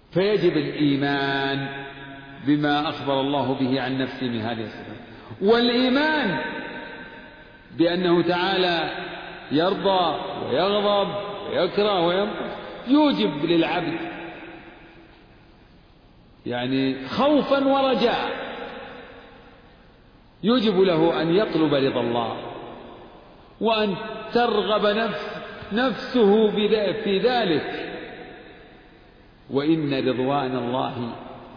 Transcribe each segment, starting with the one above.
فيجب الإيمان بما أخبر الله به عن نفسه من هذه الصفات، والإيمان بأنه تعالى يرضى ويغضب ويكره ويمقت يوجب للعبد يعني خوفا ورجاء، يوجب له أن يطلب رضا الله وأن ترغب نفسه في ذلك. وإن رضوان الله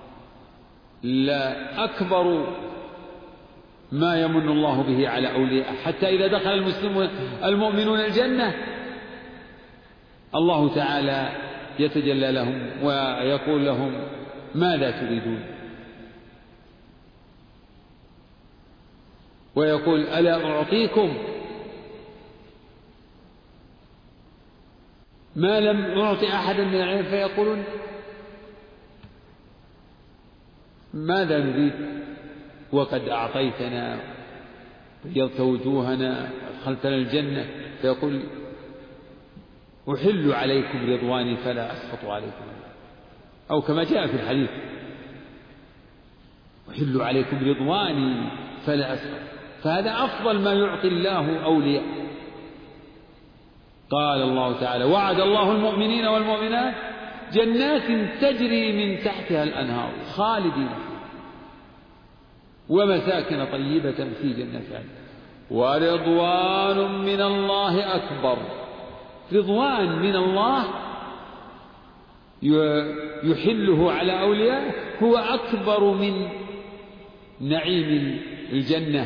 لا أكبر ما يمن الله به على أولياء، حتى إذا دخل المؤمنون الجنة الله تعالى يتجلى لهم ويقول لهم ماذا تريدون، ويقول ألا أعطيكم ما لم أعطي أحدا من العالمين، فيقولون ماذا نريد وقد أعطيتنا بيضت وجوهنا وأدخلتنا الجنة، فيقول أحل عليكم رضواني فلا أسخط عليكم، أو كما جاء في الحديث أحل عليكم رضواني فلا أسخط. فهذا أفضل ما يعطي الله أولياء. قال الله تعالى وعد الله المؤمنين والمؤمنات جنات تجري من تحتها الأنهار خالدين ومساكن طيبة في جنات عدن ورضوان من الله أكبر. رضوان من الله يحله على أولياء هو أكبر من نعيم الجنة،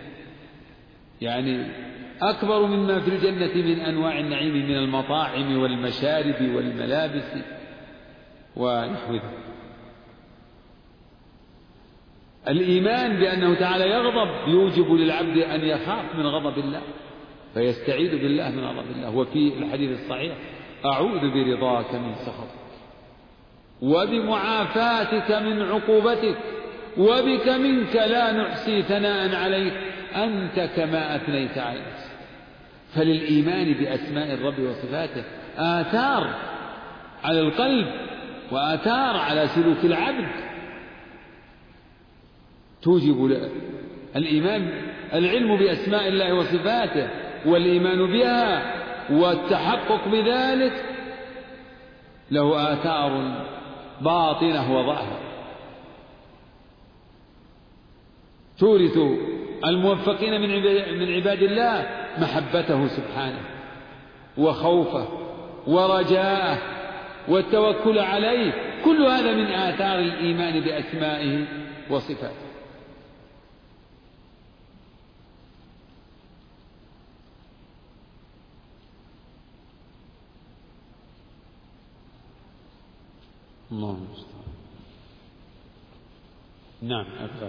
يعني أكبر مما في الجنة من أنواع النعيم من المطاعم والمشارب والملابس ونحو ذلك. الإيمان بأنه تعالى يغضب يوجب للعبد أن يخاف من غضب الله فيستعيذ بالله من غضب الله. وفي الحديث الصحيح أعوذ برضاك من سخطك وبمعافاتك من عقوبتك وبك منك لا نحصي ثناء عليك أنت كما أثنيت على نفسك. فللإيمان بأسماء الرب وصفاته آثار على القلب وآثار على سلوك العبد توجب الإيمان. العلم بأسماء الله وصفاته والإيمان بها والتحقق بذلك له آثار باطنة وظاهرة تورث الموفقين من عباد الله محبته سبحانه وخوفه ورجاءه والتوكل عليه. كل هذا من آثار الإيمان بأسمائه وصفاته. الله المستعان. نعم أبقى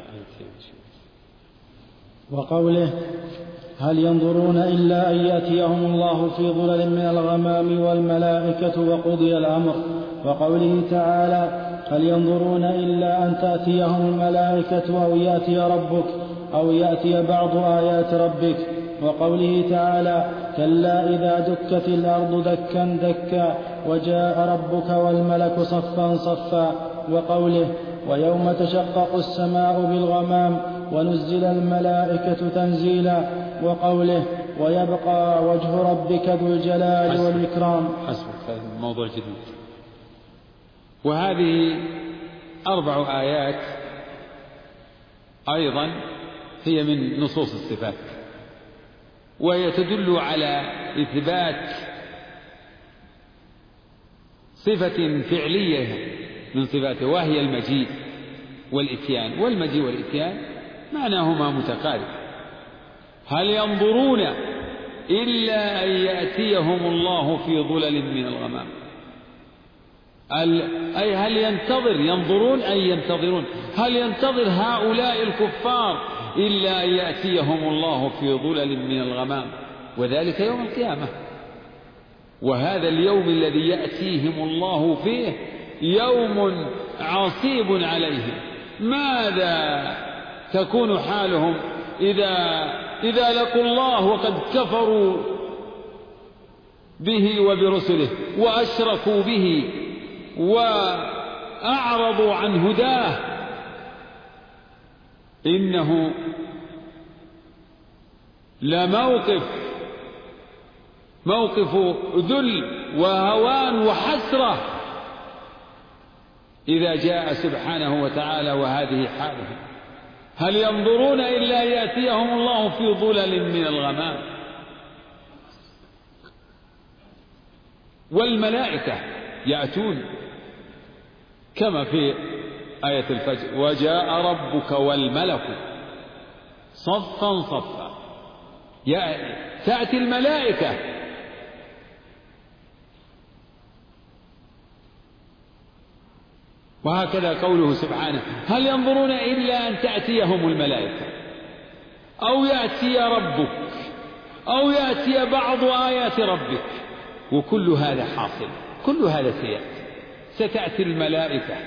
وقوله هل ينظرون إلا أن يأتيهم الله في ظلل من الغمام والملائكة وقضي الأمر. وقوله تعالى هل ينظرون إلا أن تأتيهم الملائكة أو يأتي ربك أو يأتي بعض آيات ربك. وقوله تعالى كلا إذا دكت الأرض دكا دكا وجاء ربك والملك صفا صفا. وقوله ويوم تشقق السماء بالغمام ونزل الملائكة تنزيلا. وقوله ويبقى وجه ربك ذو الجلال والإكرام. حسبك موضوع جديد. وهذه 4 آيات أيضا هي من نصوص الصفات وهي تدل على إثبات صفة فعلية من صفاته وهي المجيء والإتيان. والمجيء والإتيان معناهما متقارب. هل ينظرون إلا أن يأتيهم الله في ظلل من الغمام أي هل ينتظر ينظرون أي ينتظرون هل ينتظر هؤلاء الكفار إلا أن يأتيهم الله في ظلل من الغمام وذلك يوم القيامة. وهذا اليوم الذي يأتيهم الله فيه يوم عصيب عليهم. ماذا تكون حالهم إذا لقوا الله وقد كفروا به وبرسله وأشركوا به أعرضوا عن هداه إنه موقف ذل وهوان وحسرة إذا جاء سبحانه وتعالى وهذه حالهم. هل ينظرون إلا يأتيهم الله في ظلل من الغمام. والملائكة يأتون كما في آية الفجر: وجاء ربك والملك صفا صفا. تأتي الملائكة وهكذا قوله سبحانه: هل ينظرون إلا أن تأتيهم الملائكة أو يأتي ربك أو يأتي بعض آيات ربك. وكل هذا حاصل، كل هذا ستأتي الملائكة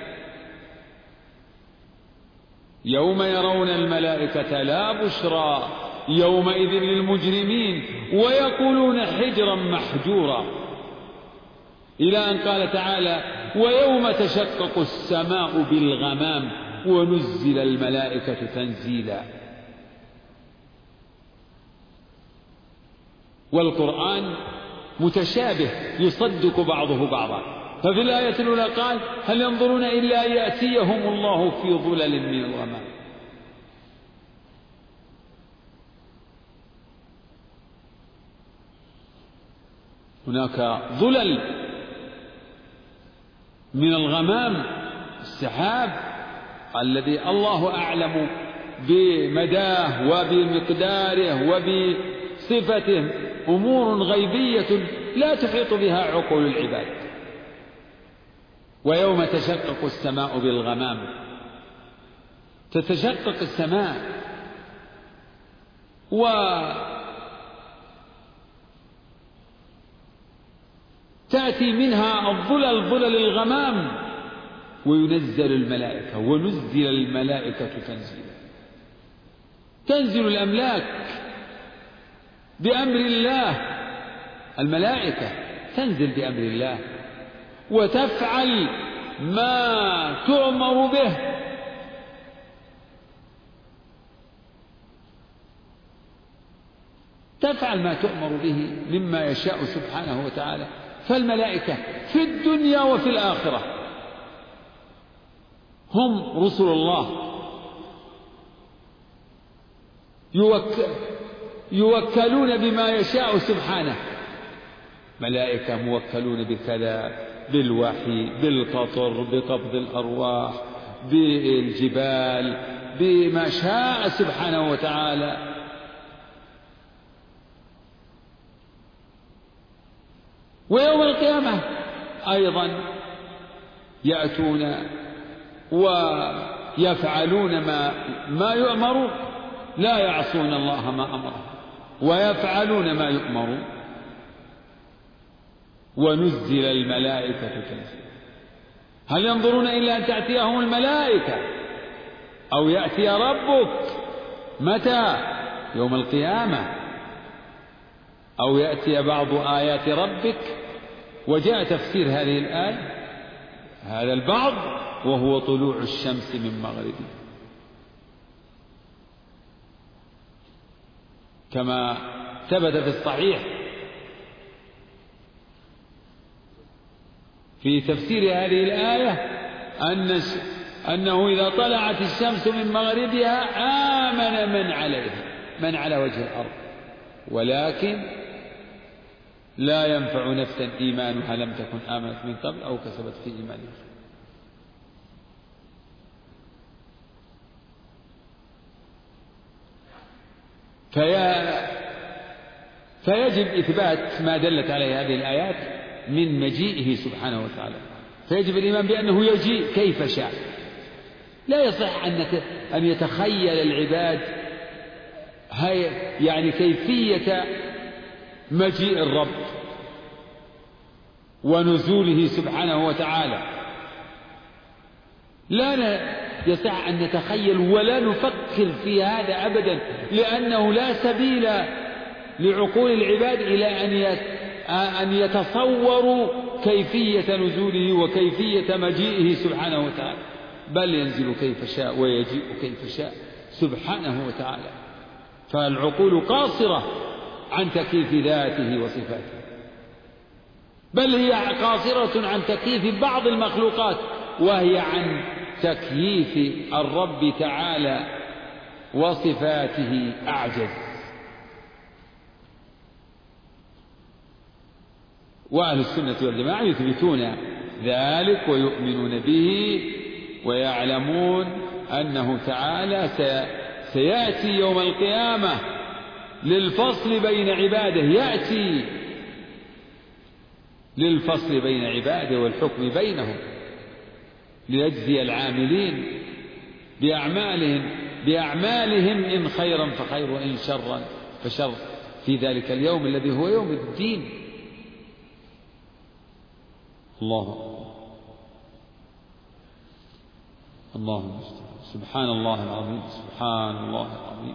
يوم يرون الملائكة لا بشرى يومئذ للمجرمين ويقولون حجرا محجورا، إلى أن قال تعالى: ويوم تشقق السماء بالغمام ونزل الملائكة تنزيلا. والقرآن متشابه يصدق بعضه بعضا. ففي الآية الأولى قال: هل ينظرون إلا يأتيهم الله في ظلل من الغمام. هناك ظلل من الغمام، السحاب الذي الله أعلم بمداه وبمقداره وبصفته، أمور غيبية لا تحيط بها عقول العباد. ويوم تشقق السماء بالغمام، تتشقق السماء تأتي منها الظلل ظلل الغمام وينزل الملائكة ونزل الملائكة تنزيلا. تنزل الأملاك بأمر الله، الملائكة تنزل بأمر الله وتفعل ما تؤمر به. تفعل ما تؤمر به مما يشاء سبحانه وتعالى. فالملائكة في الدنيا وفي الآخرة هم رسل الله، يوكلون بما يشاء سبحانه. ملائكة موكلون بكذا، بالوحي، بالقطر، بقبض الأرواح، بالجبال، بما شاء سبحانه وتعالى. ويوم القيامة أيضا يأتون ويفعلون ما يؤمرون، لا يعصون الله ما أمرهم ويفعلون ما يؤمرون. ونزل الملائكة تنزيلا. هل ينظرون إلا أن تأتيهم الملائكة أو يأتي ربك. متى؟ يوم القيامة، أو يأتي بعض آيات ربك. وجاء تفسير هذه الآية هذا البعض وهو طلوع الشمس من مغربها، كما ثبت في الصحيح في تفسير هذه الآية أنه إذا طلعت الشمس من مغربها آمن من على وجه الأرض، ولكن لا ينفع نفسا إيمانها لم تكن آمنت من قبل أو كسبت في إيمانها. فيجب إثبات ما دلت عليه هذه الآيات من مجيئه سبحانه وتعالى. فيجب الإيمان بأنه يجيء كيف شاء. لا يصح أن يتخيل العباد يعني كيفية مجيء الرب ونزوله سبحانه وتعالى. لا يصح أن نتخيل ولا نفكر في هذا أبدا، لأنه لا سبيل لعقول العباد إلى أن يتصوروا كيفية نزوله وكيفية مجيئه سبحانه وتعالى، بل ينزل كيف شاء ويجيء كيف شاء سبحانه وتعالى. فالعقول قاصرة عن تكييف ذاته وصفاته، بل هي قاصرة عن تكييف بعض المخلوقات، وهي عن تكييف الرب تعالى وصفاته أعجز. وأهل السنة والجماعة يثبتون ذلك ويؤمنون به ويعلمون أنه تعالى سيأتي يوم القيامة للفصل بين عباده، يأتي للفصل بين عباده والحكم بينهم، ليجزي العاملين بأعمالهم إن خيرا فخير وإن شرا فشر، في ذلك اليوم الذي هو يوم الدين. الله سبحان الله العظيم، سبحان الله العظيم.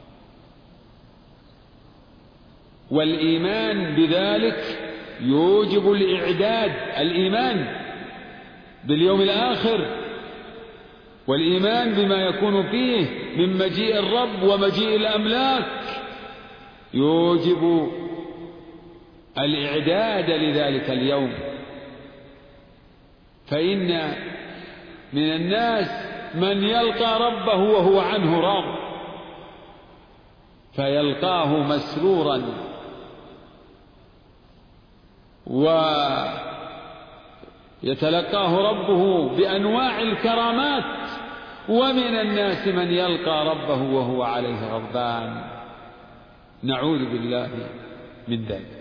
والإيمان بذلك يوجب الإعداد، الإيمان باليوم الآخر والإيمان بما يكون فيه من مجيء الرب ومجيء الأملاك يوجب الإعداد لذلك اليوم. فإن من الناس من يلقى ربه وهو عنه راض، فيلقاه مسرورا ويتلقاه ربه بأنواع الكرامات، ومن الناس من يلقى ربه وهو عليه غضبان، نعوذ بالله من ذلك.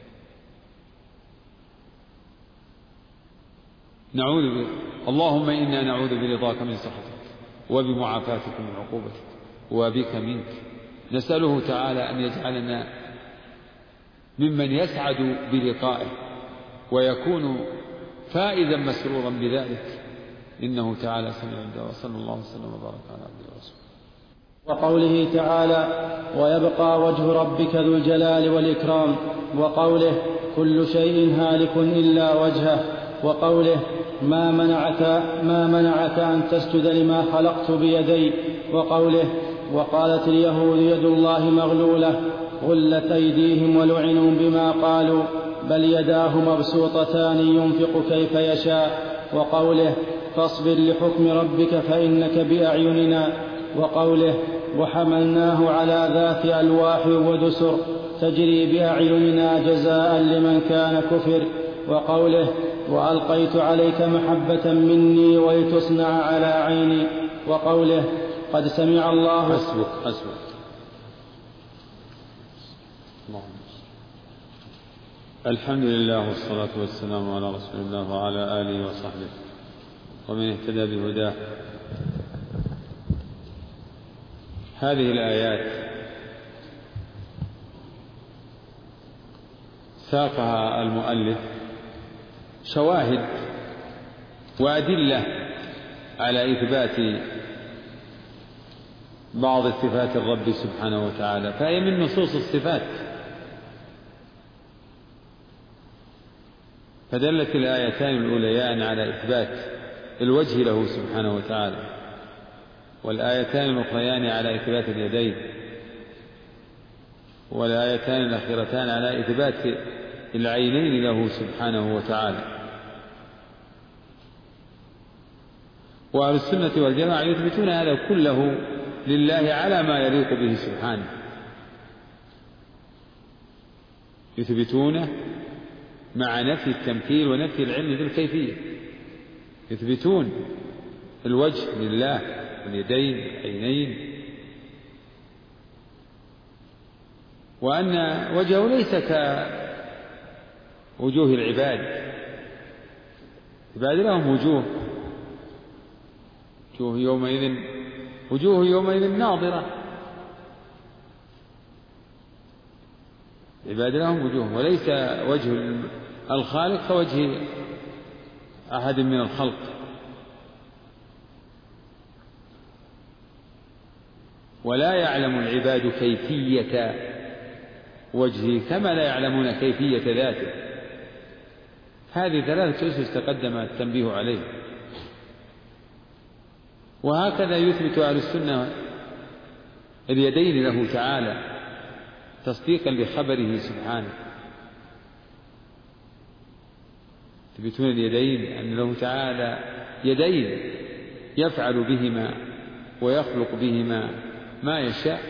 نعوذ بالله. اللهم إنا نعوذ برضاك من سخطك وبمعافاتك من عقوبتك وبك منك. نسأله تعالى أن يجعلنا ممن يسعد بلقائه ويكون فائزا مسرورا بذلك، إنه تعالى سميع الدعاء. وصلى الله وسلم وبارك على عبده ورسوله. وقوله تعالى ويبقى وجه ربك ذو الجلال والإكرام، وقوله كل شيء هالك إلا وجهه، وقوله ما منعك أن تسجد لما خلقت بيدي، وقوله وقالت اليهود يد الله مغلولة غلت أيديهم ولعنوا بما قالوا بل يداه مبسوطتان ينفق كيف يشاء، وقوله فاصبر لحكم ربك فإنك بأعيننا، وقوله وحملناه على ذات ألواح ودسر تجري بأعيننا جزاء لمن كان كفر، وقوله وألقيت عليك محبة مني ولتصنع على عيني، وقوله قد سمع الله. حسبك. الحمد لله والصلاة والسلام على رسول الله وعلى آله وصحبه ومن اهتدى بهداه. هذه الآيات ساقها المؤلف شواهد وأدلة على إثبات بعض صفات الرب سبحانه وتعالى، فهي من نصوص الصفات. فدلت الآيتان الأوليان على إثبات الوجه له سبحانه وتعالى، والآيتان الأخريان على إثبات اليدين، والآيتان الأخيرتان على إثبات العينين له سبحانه وتعالى. وأهل السنة والجماعة يثبتون هذا كله لله على ما يليق به سبحانه، يثبتونه مع نفي التمثيل ونفي العلم بالكيفية. يثبتون الوجه لله واليدين والعينين، وأن وجهه ليس كوجوه العباد. العباد لهم وجوه يومئذ ناظرة، العباد لهم وجوه، وليس وجه الخالق كوجه أحد من الخلق. ولا يعلم العباد كيفية وجهه كما لا يعلمون كيفية ذاته. هذه 3 أسس تقدم التنبيه عليه. وهكذا يثبت أهل السنة اليدين له تعالى تصديقا لخبره سبحانه، يثبتون اليدين أن له تعالى يدين يفعل بهما ويخلق بهما ما يشاء،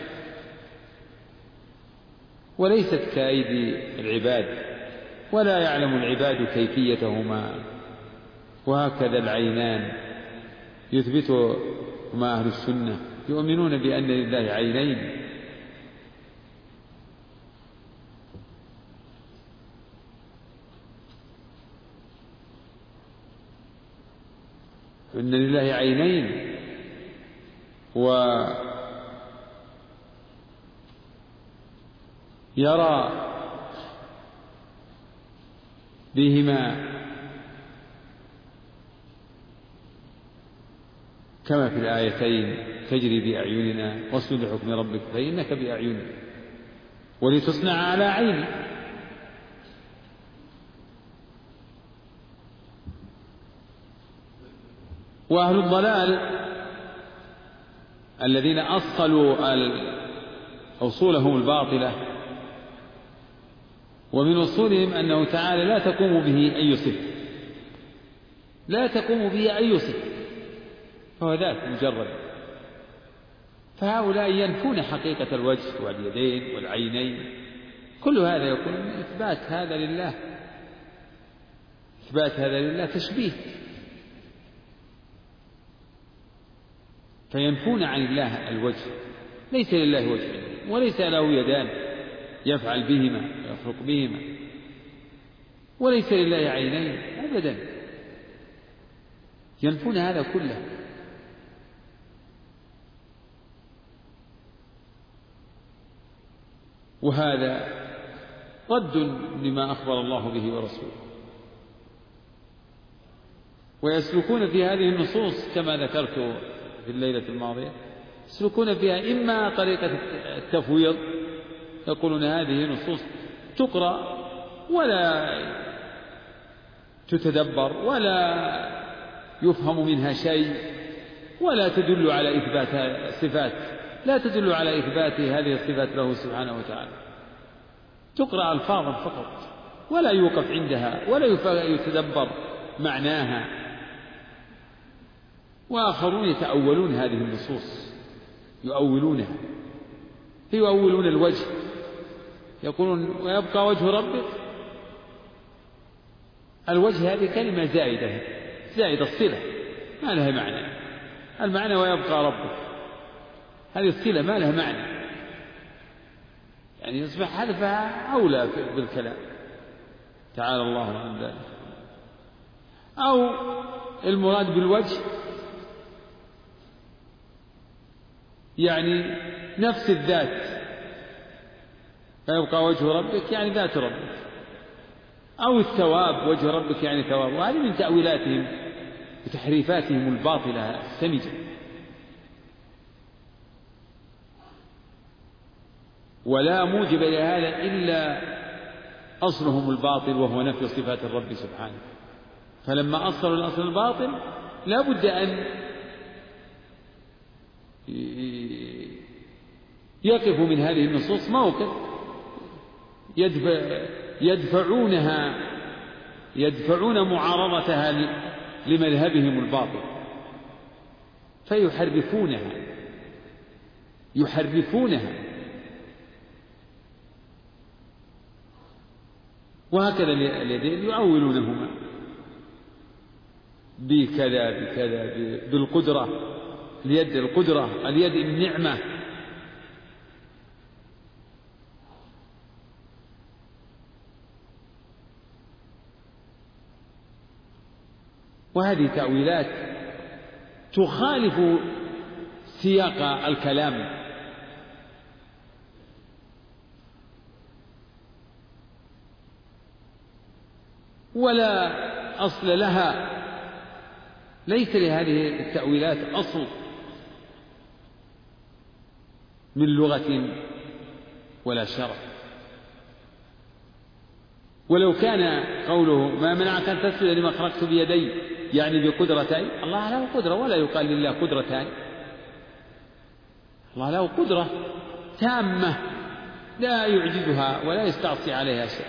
وليست كأيدي العباد، ولا يعلم العباد كيفيتهما. وهكذا العينان يثبتهما أهل السنة، يؤمنون بأن لله عينين، إن لله عينين ويرى بهما كما في الآيتين تجري بأعيننا واصبر لحكم ربك فإنك بأعيننا ولتصنع على عيني. وأهل الضلال الذين أصلوا أصولهم الباطلة، ومن أصولهم أنه تعالى لا تقوم به أي صفة، لا تقوم به أي صفة، فهو ذات مجرد. فهؤلاء ينفون حقيقة الوجه واليدين والعينين، كل هذا يكون إثبات هذا لله، إثبات هذا لله تشبيه، فينفون عن الله الوجه، ليس لله وجه وليس له يدان يفعل بهما ويخلق بهما، وليس لله عينين أبدا، ينفون هذا كله. وهذا رد لما أخبر الله به ورسوله. ويسلكون في هذه النصوص كما ذكرت في الليلة الماضية، يسلكون فيها إما طريقة التفويض، يقولون هذه نصوص تقرأ ولا تتدبر ولا يفهم منها شيء، ولا تدل على إثبات صفات، لا تدل على إثبات هذه الصفات له سبحانه وتعالى، تقرأ ألفاظا فقط ولا يوقف عندها ولا يتدبر معناها. وآخرون يتأولون هذه النصوص، يؤولونها، يؤولون الوجه، يقولون ويبقى وجه ربك. الوجه هذه كلمة زائدة الصلة، ما لها معنى. المعنى ويبقى ربك، هذه الصلة ما لها معنى، يعني يصبح حذفها أولى بالكلام، تعالى الله عن ذلك. أو المراد بالوجه يعني نفس الذات، فيبقى وجه ربك يعني ذات ربك، أو الثواب وجه ربك يعني ثواب. وهذه من تأويلاتهم وتحريفاتهم الباطلة السمجة. ولا موجب لهذا إلا أصلهم الباطل، وهو نفي صفات الرب سبحانه. فلما أصلوا الأصل الباطل لا بد أن يقفوا من هذه النصوص موقف يدفعون معارضتها لمذهبهم الباطل، يحرفونها. وهكذا اليدين يؤولونهما بكذا بالقدرة، اليد القدرة، اليد النعمة. وهذه تأويلات تخالف سياق الكلام، ولا أصل لها، ليس لهذه التأويلات أصل من لغة ولا شرع. ولو كان قوله ما منعك أن تسجد لما خلقت بيدي يعني بقدرتين، الله له قدرة ولا يقال لله قدرتان، الله له قدرة تامة لا يعجزها ولا يستعصي عليها شيء،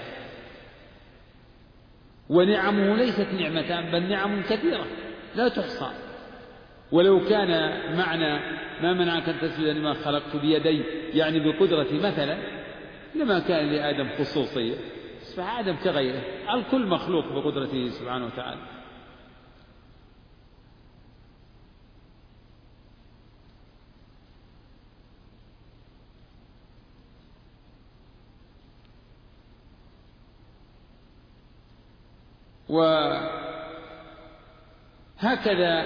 ونعمه ليست نعمتان بل نعم كثيرة لا تحصى. ولو كان معنى ما منعك أن تسجد لما خلقت بيدي يعني بقدرتي مثلا لما كان لآدم خصوصية، فآدم كغيره، الكل مخلوق بقدرته سبحانه وتعالى. وهكذا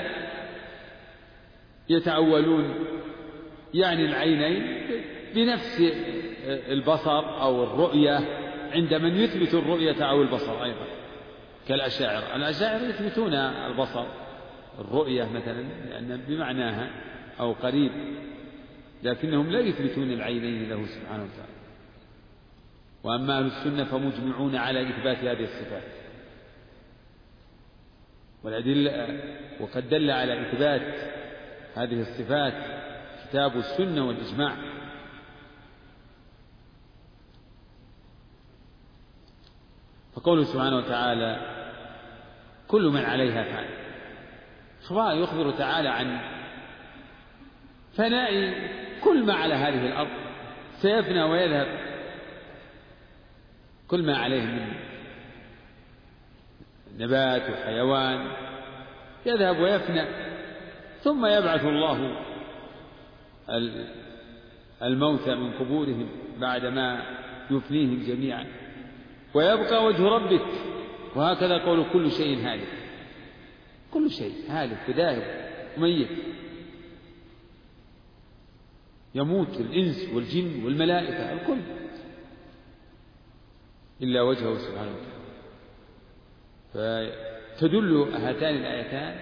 يتأولون يعني العينين بنفس البصر أو الرؤية عند من يثبت الرؤية أو البصر أيضا كالأشاعرة. الأشاعرة يثبتون البصر الرؤية مثلا لأن بمعناها أو قريب، لكنهم لا يثبتون العينين له سبحانه وتعالى. وأما أهل السنة فمجمعون على إثبات هذه الصفات والأدلة، وقد دل على إثبات هذه الصفات كتاب السنة والإجماع. فقوله سبحانه وتعالى كل من عليها فان، يخبر تعالى عن فناء كل ما على هذه الأرض سيفنى ويذهب، كل ما عليه من نبات وحيوان يذهب ويفنى، ثم يبعث الله الموتى من قبورهم بعدما يفنيهم جميعا ويبقى وجه ربك. وهكذا قول كل شيء هالك، كل شيء هالك وذاهب وميت، يموت الإنس والجن والملائكة الكل إلا وجهه سبحانه وتعالى. فتدل هاتان الآيتان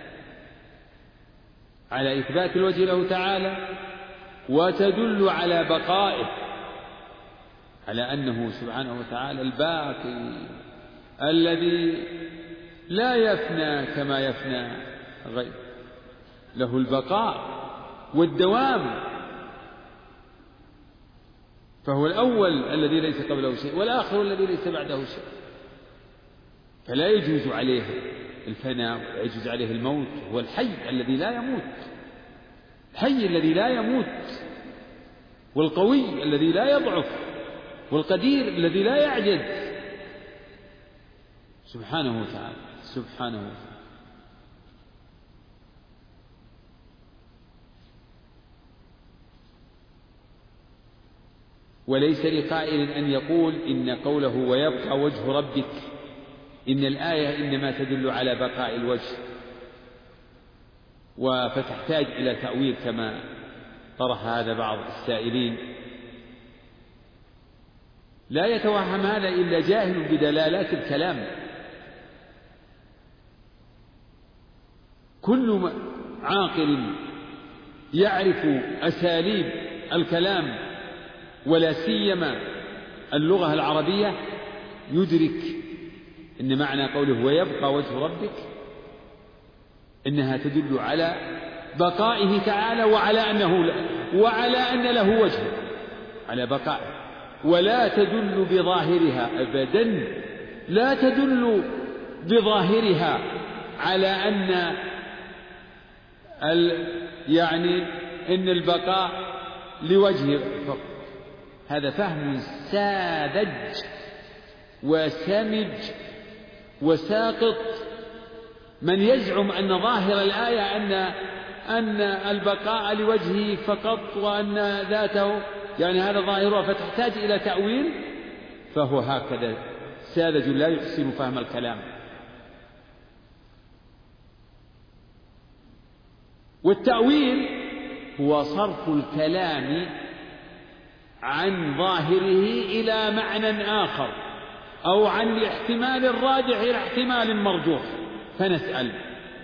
على إثبات الوجه له تعالى، وتدل على بقائه، على أنه سبحانه وتعالى الباقي الذي لا يفنى كما يفنى غيره، له البقاء والدوام، فهو الأول الذي ليس قبله شيء والآخر الذي ليس بعده شيء، فلا يجوز عليه الفناء ولا يجوز عليه الموت. هو الحي الذي لا يموت، الحي الذي لا يموت، والقوي الذي لا يضعف، والقدير الذي لا يعجز سبحانه وتعالى سبحانه وتعالى. وليس لقائل أن يقول إن قوله ويبقى وجه ربك إن الآية إنما تدل على بقاء الوجه، فتحتاج إلى تأويل كما طرح هذا بعض السائلين. لا يتوهم هذا إلا جاهل بدلالات الكلام. كل عاقل يعرف أساليب الكلام ولا سيما اللغة العربية يدرك إن معنى قوله ويبقى وجه ربك إنها تدل على بقائه تعالى وعلى أن له وجه، على بقائه، ولا تدل بظاهرها أبدا، لا تدل بظاهرها على أن يعني إن البقاء لوجه فقط. هذا فهم ساذج وسمج وساقط من يزعم أن ظاهر الآية أن البقاء لوجهه فقط وأن ذاته يعني هذا ظاهرها فتحتاج إلى تأويل، فهو هكذا ساذج لا يحسن فهم الكلام. والتأويل هو صرف الكلام عن ظاهره إلى معنى آخر أو عن الاحتمال الراجح إلى احتمال مرجوح. فنسأل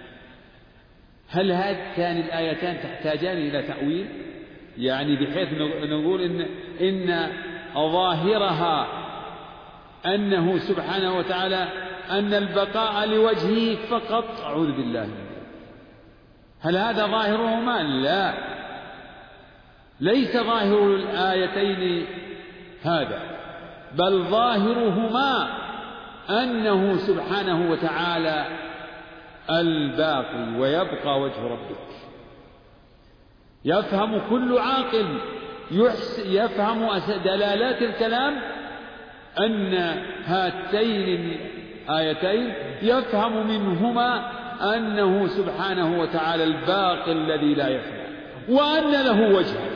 هل هاتان الآيتان تحتاجان إلى تأويل؟ يعني بحيث نقول إن ظاهرها أنه سبحانه وتعالى أن البقاء لوجهه فقط، أعوذ بالله من ذلك. هل هذا ظاهرهما؟ لا، ليس ظاهر الآيتين هذا، بل ظاهرهما أنه سبحانه وتعالى الباقي ويبقى وجه ربك. يفهم كل عاقل يفهم دلالات الكلام أن هاتين الآيتين يفهم منهما أنه سبحانه وتعالى الباقي الذي لا يفنى، وأن له وجه.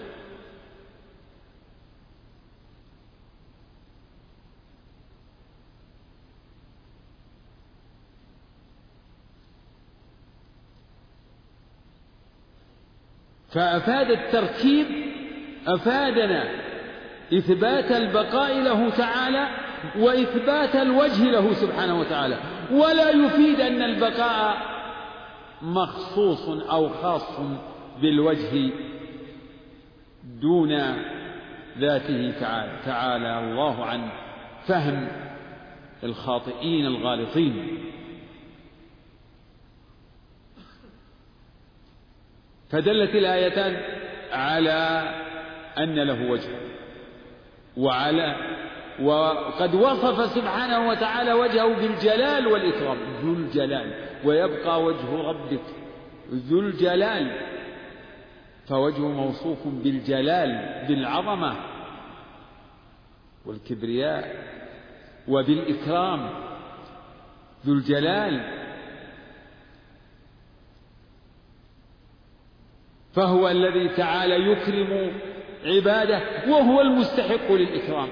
فأفاد التركيب، أفادنا إثبات البقاء له تعالى وإثبات الوجه له سبحانه وتعالى، ولا يفيد أن البقاء مخصوص أو خاص بالوجه دون ذاته تعالى. تعالى الله عن فهم الخاطئين الغالطين. فدلت الآيتان على أن له وجه، وقد وصف سبحانه وتعالى وجهه بالجلال والإكرام، ذو الجلال، ويبقى وجه ربك ذو الجلال، فوجهه موصوف بالجلال، بالعظمة والكبرياء، وبالإكرام، ذو الجلال. فهو الذي تعالى يكرم عباده، وهو المستحق للإكرام،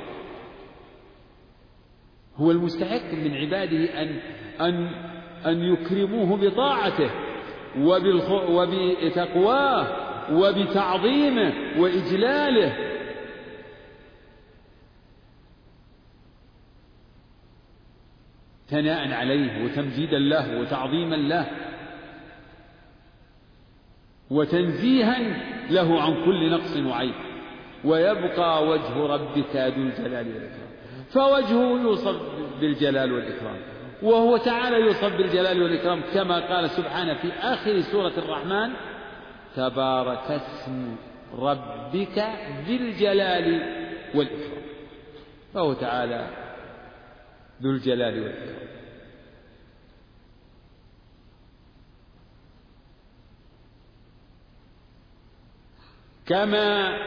هو المستحق من عباده أن يكرموه بطاعته وبتقواه وبتعظيمه وإجلاله. ثناء عليه وتمجيدا له وتعظيما له وتنزيها له عن كل نقص وعيب. ويبقى وجه ربك ذو الجلال والإكرام، فوجهه يوصف بالجلال والإكرام، وهو تعالى يوصف بالجلال والإكرام كما قال سبحانه في آخر سورة الرحمن: تبارك اسم ربك ذي الجلال والإكرام. فهو تعالى ذو الجلال والإكرام. كما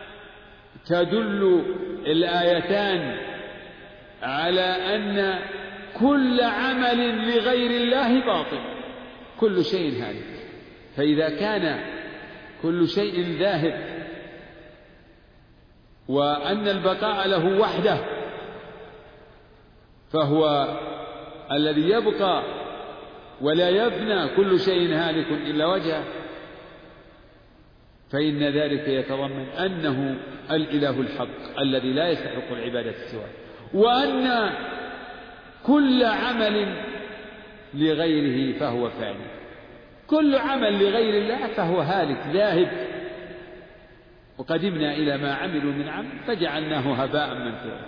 تدل الآيتان على أن كل عمل لغير الله باطل، كل شيء هالك. فإذا كان كل شيء ذاهب وأن البقاء له وحده، فهو الذي يبقى ولا يفنى، كل شيء هالك إلا وجهه، فإن ذلك يتضمن أنه الإله الحق الذي لا يستحق العبادة سواه، وأن كل عمل لغيره فهو فاني، كل عمل لغير الله فهو هالك ذاهب. وقدمنا إلى ما عملوا من عمل فجعلناه هباء منثورا،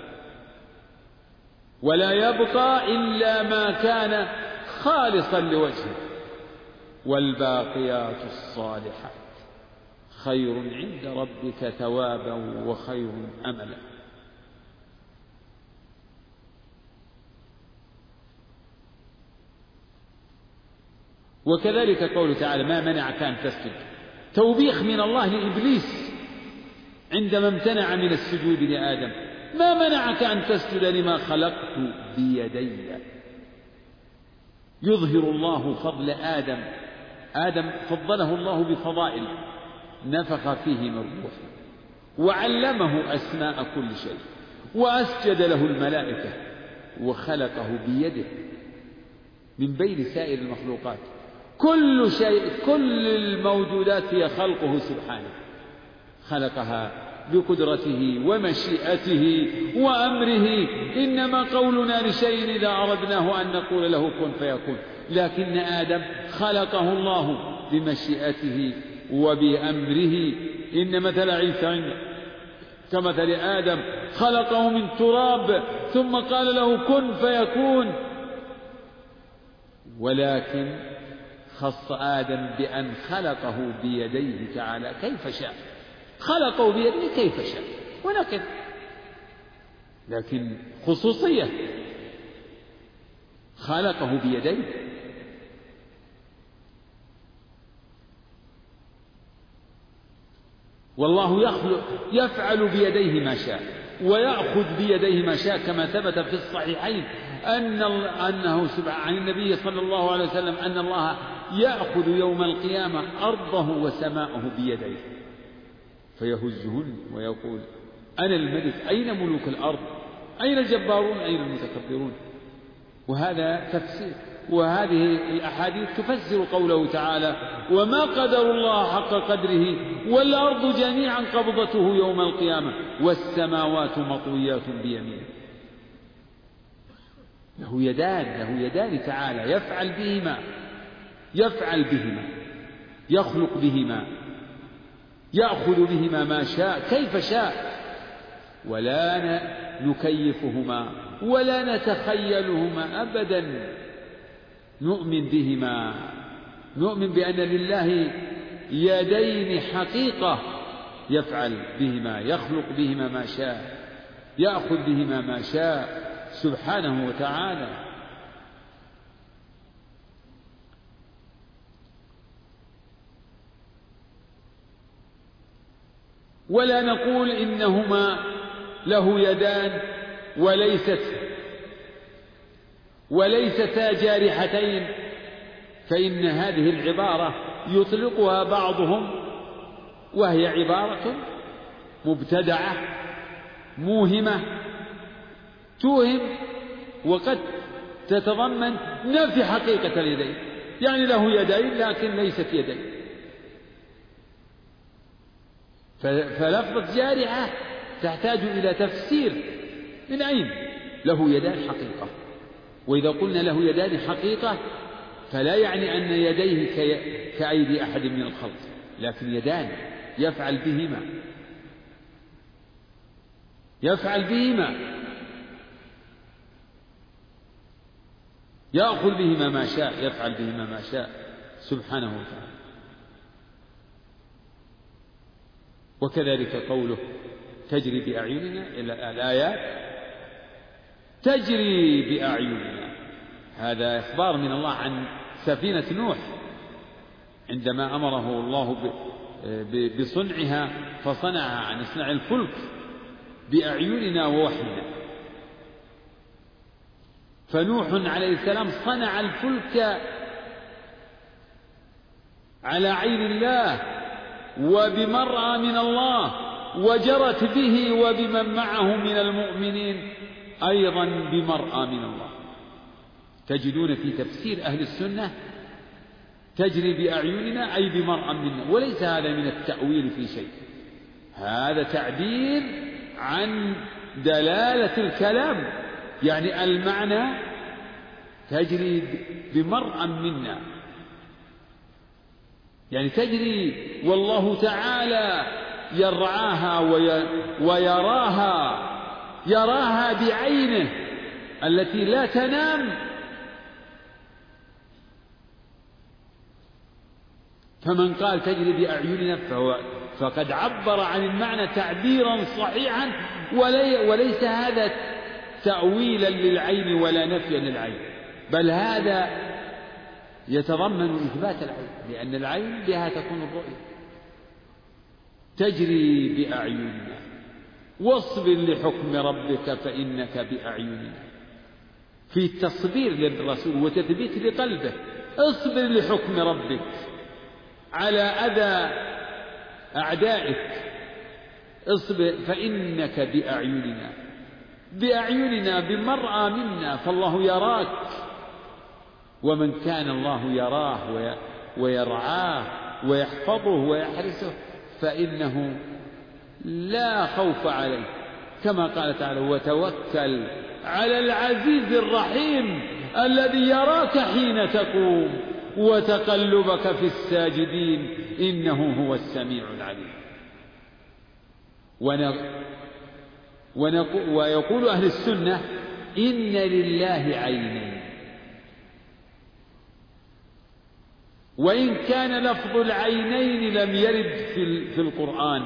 ولا يبقى إلا ما كان خالصا لوجهه. والباقيات الصالحات خير عند ربك ثوابا وخير أملا. وكذلك قوله تعالى: ما منعك أن تسجد، توبيخ من الله لإبليس عندما امتنع من السجود لآدم. ما منعك أن تسجد لما خلقت بيدي. يظهر الله فضل آدم. آدم فضله الله بفضائل، نفخ فيه من روحه وعلمه أسماء كل شيء وأسجد له الملائكة وخلقه بيده من بين سائر المخلوقات. كل شيء، كل الموجودات هي خلقه سبحانه، خلقها بقدرته ومشيئته وأمره. إنما قولنا لشيء إذا أردناه أن نقول له كن فيكون. لكن آدم خلقه الله بمشيئته وبأمره. إن مثل عيسى كمثل آدم خلقه من تراب ثم قال له كن فيكون، ولكن خص آدم بأن خلقه بيديه تعالى كيف شاء، خلقه بيديه كيف شاء ولكن خصوصية خلقه بيديه. والله يفعل بيديه ما شاء ويأخذ بيديه ما شاء، كما ثبت في الصحيحين أنه عن النبي صلى الله عليه وسلم أن الله يأخذ يوم القيامة أرضه وسماءه بيديه فيهزهن ويقول أنا الملك، أين ملوك الأرض، أين الجبارون، أين المتكبرون. وهذا تفسير، وهذه الأحاديث تفسر قوله تعالى وما قدر الله حق قدره والأرض جميعا قبضته يوم القيامة والسماوات مطويات بيمينه. له يدان تعالى يفعل بهما يخلق بهما يأخذ بهما ما شاء كيف شاء، ولا نكيفهما ولا نتخيلهما أبدا، نؤمن بهما، نؤمن بأن لله يدين حقيقة يفعل بهما يخلق بهما ما شاء يأخذ بهما ما شاء سبحانه وتعالى. ولا نقول إنهما له يدان وليستا جارحتين، فإن هذه العبارة يطلقها بعضهم وهي عبارة مبتدعة موهمة توهم وقد تتضمن نفي حقيقة اليدين، يعني له يدين لكن ليست يدين. فلفظة جارحة تحتاج إلى تفسير، من أين له يدان حقيقة؟ وإذا قلنا له يدان حقيقة فلا يعني أن يديه كأيدي أحد من الخلق، لكن يدان يفعل بهما يأخذ بهما ما شاء يفعل بهما ما شاء سبحانه وتعالى. وكذلك قوله تجري بأعيننا إلى الآيات تجري بأعيننا، هذا إخبار من الله عن سفينة نوح عندما أمره الله بصنعها فصنعها، عن إصناع الفلك بأعيننا ووحينا. فنوح عليه السلام صنع الفلك على عين الله وبمرأى من الله، وجرت به وبمن معه من المؤمنين أيضا بمرأى من الله. تجدون في تفسير أهل السنة تجري بأعيننا أي بمرأى منا، وليس هذا من التأويل في شيء، هذا تعبير عن دلالة الكلام، يعني المعنى تجري بمرأى منا، يعني تجري والله تعالى يرعاها يراها بعينه التي لا تنام. فمن قال تجري بأعيننا فقد عبر عن المعنى تعبيرا صحيحا، وليس هذا تأويلا للعين ولا نفيا للعين، بل هذا يتضمن إثبات العين، لأن العين بها تكون الرؤية. تجري بأعيننا واصبر لحكم ربك فإنك بأعيننا، في تصبير للرسول وتثبيت لقلبه، اصبر لحكم ربك على أذى أعدائك، اصبر فإنك بأعيننا بمرأى منا، فالله يراك، ومن كان الله يراه ويرعاه ويحفظه ويحرسه فإنه لا خوف عليه، كما قال تعالى وتوكل على العزيز الرحيم الذي يراك حين تقوم وتقلبك في الساجدين إنه هو السميع العليم. ويقول أهل السنة إن لله عينين، وإن كان لفظ العينين لم يرد في القرآن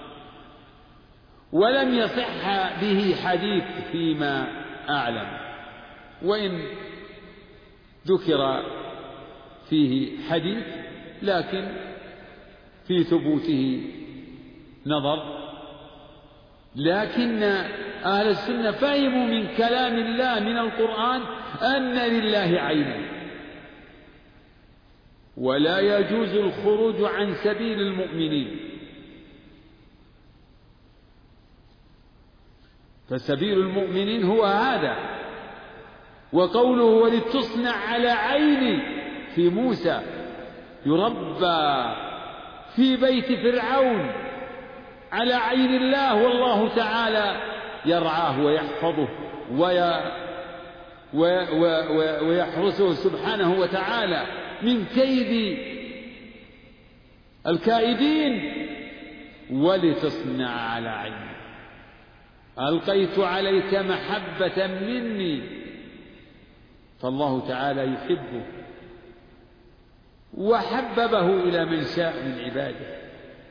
ولم يصح به حديث فيما أعلم، وإن ذكر فيه حديث لكن في ثبوته نظر. لكن أهل السنة فهموا من كلام الله من القرآن أن لله عينين، ولا يجوز الخروج عن سبيل المؤمنين، فسبيل المؤمنين هو هذا. وقوله ولتصنع على عيني في موسى، يربى في بيت فرعون على عين الله، والله تعالى يرعاه ويحفظه ويحرسه سبحانه وتعالى من كيد الكائدين. ولتصنع على عيني، ألقيت عليك محبة مني، فالله تعالى يحبه وحببه إلى من شاء من عباده.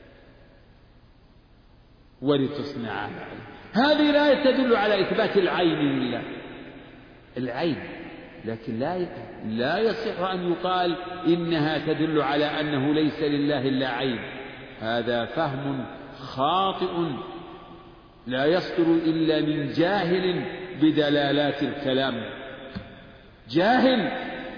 ولتصنع على عيني، هذه لا تدل على إثبات العين لله، العين، لكن لا يصح أن يقال إنها تدل على أنه ليس لله إلا عين. هذا فهم خاطئ لا يصدر إلا من جاهل بدلالات الكلام، جاهل.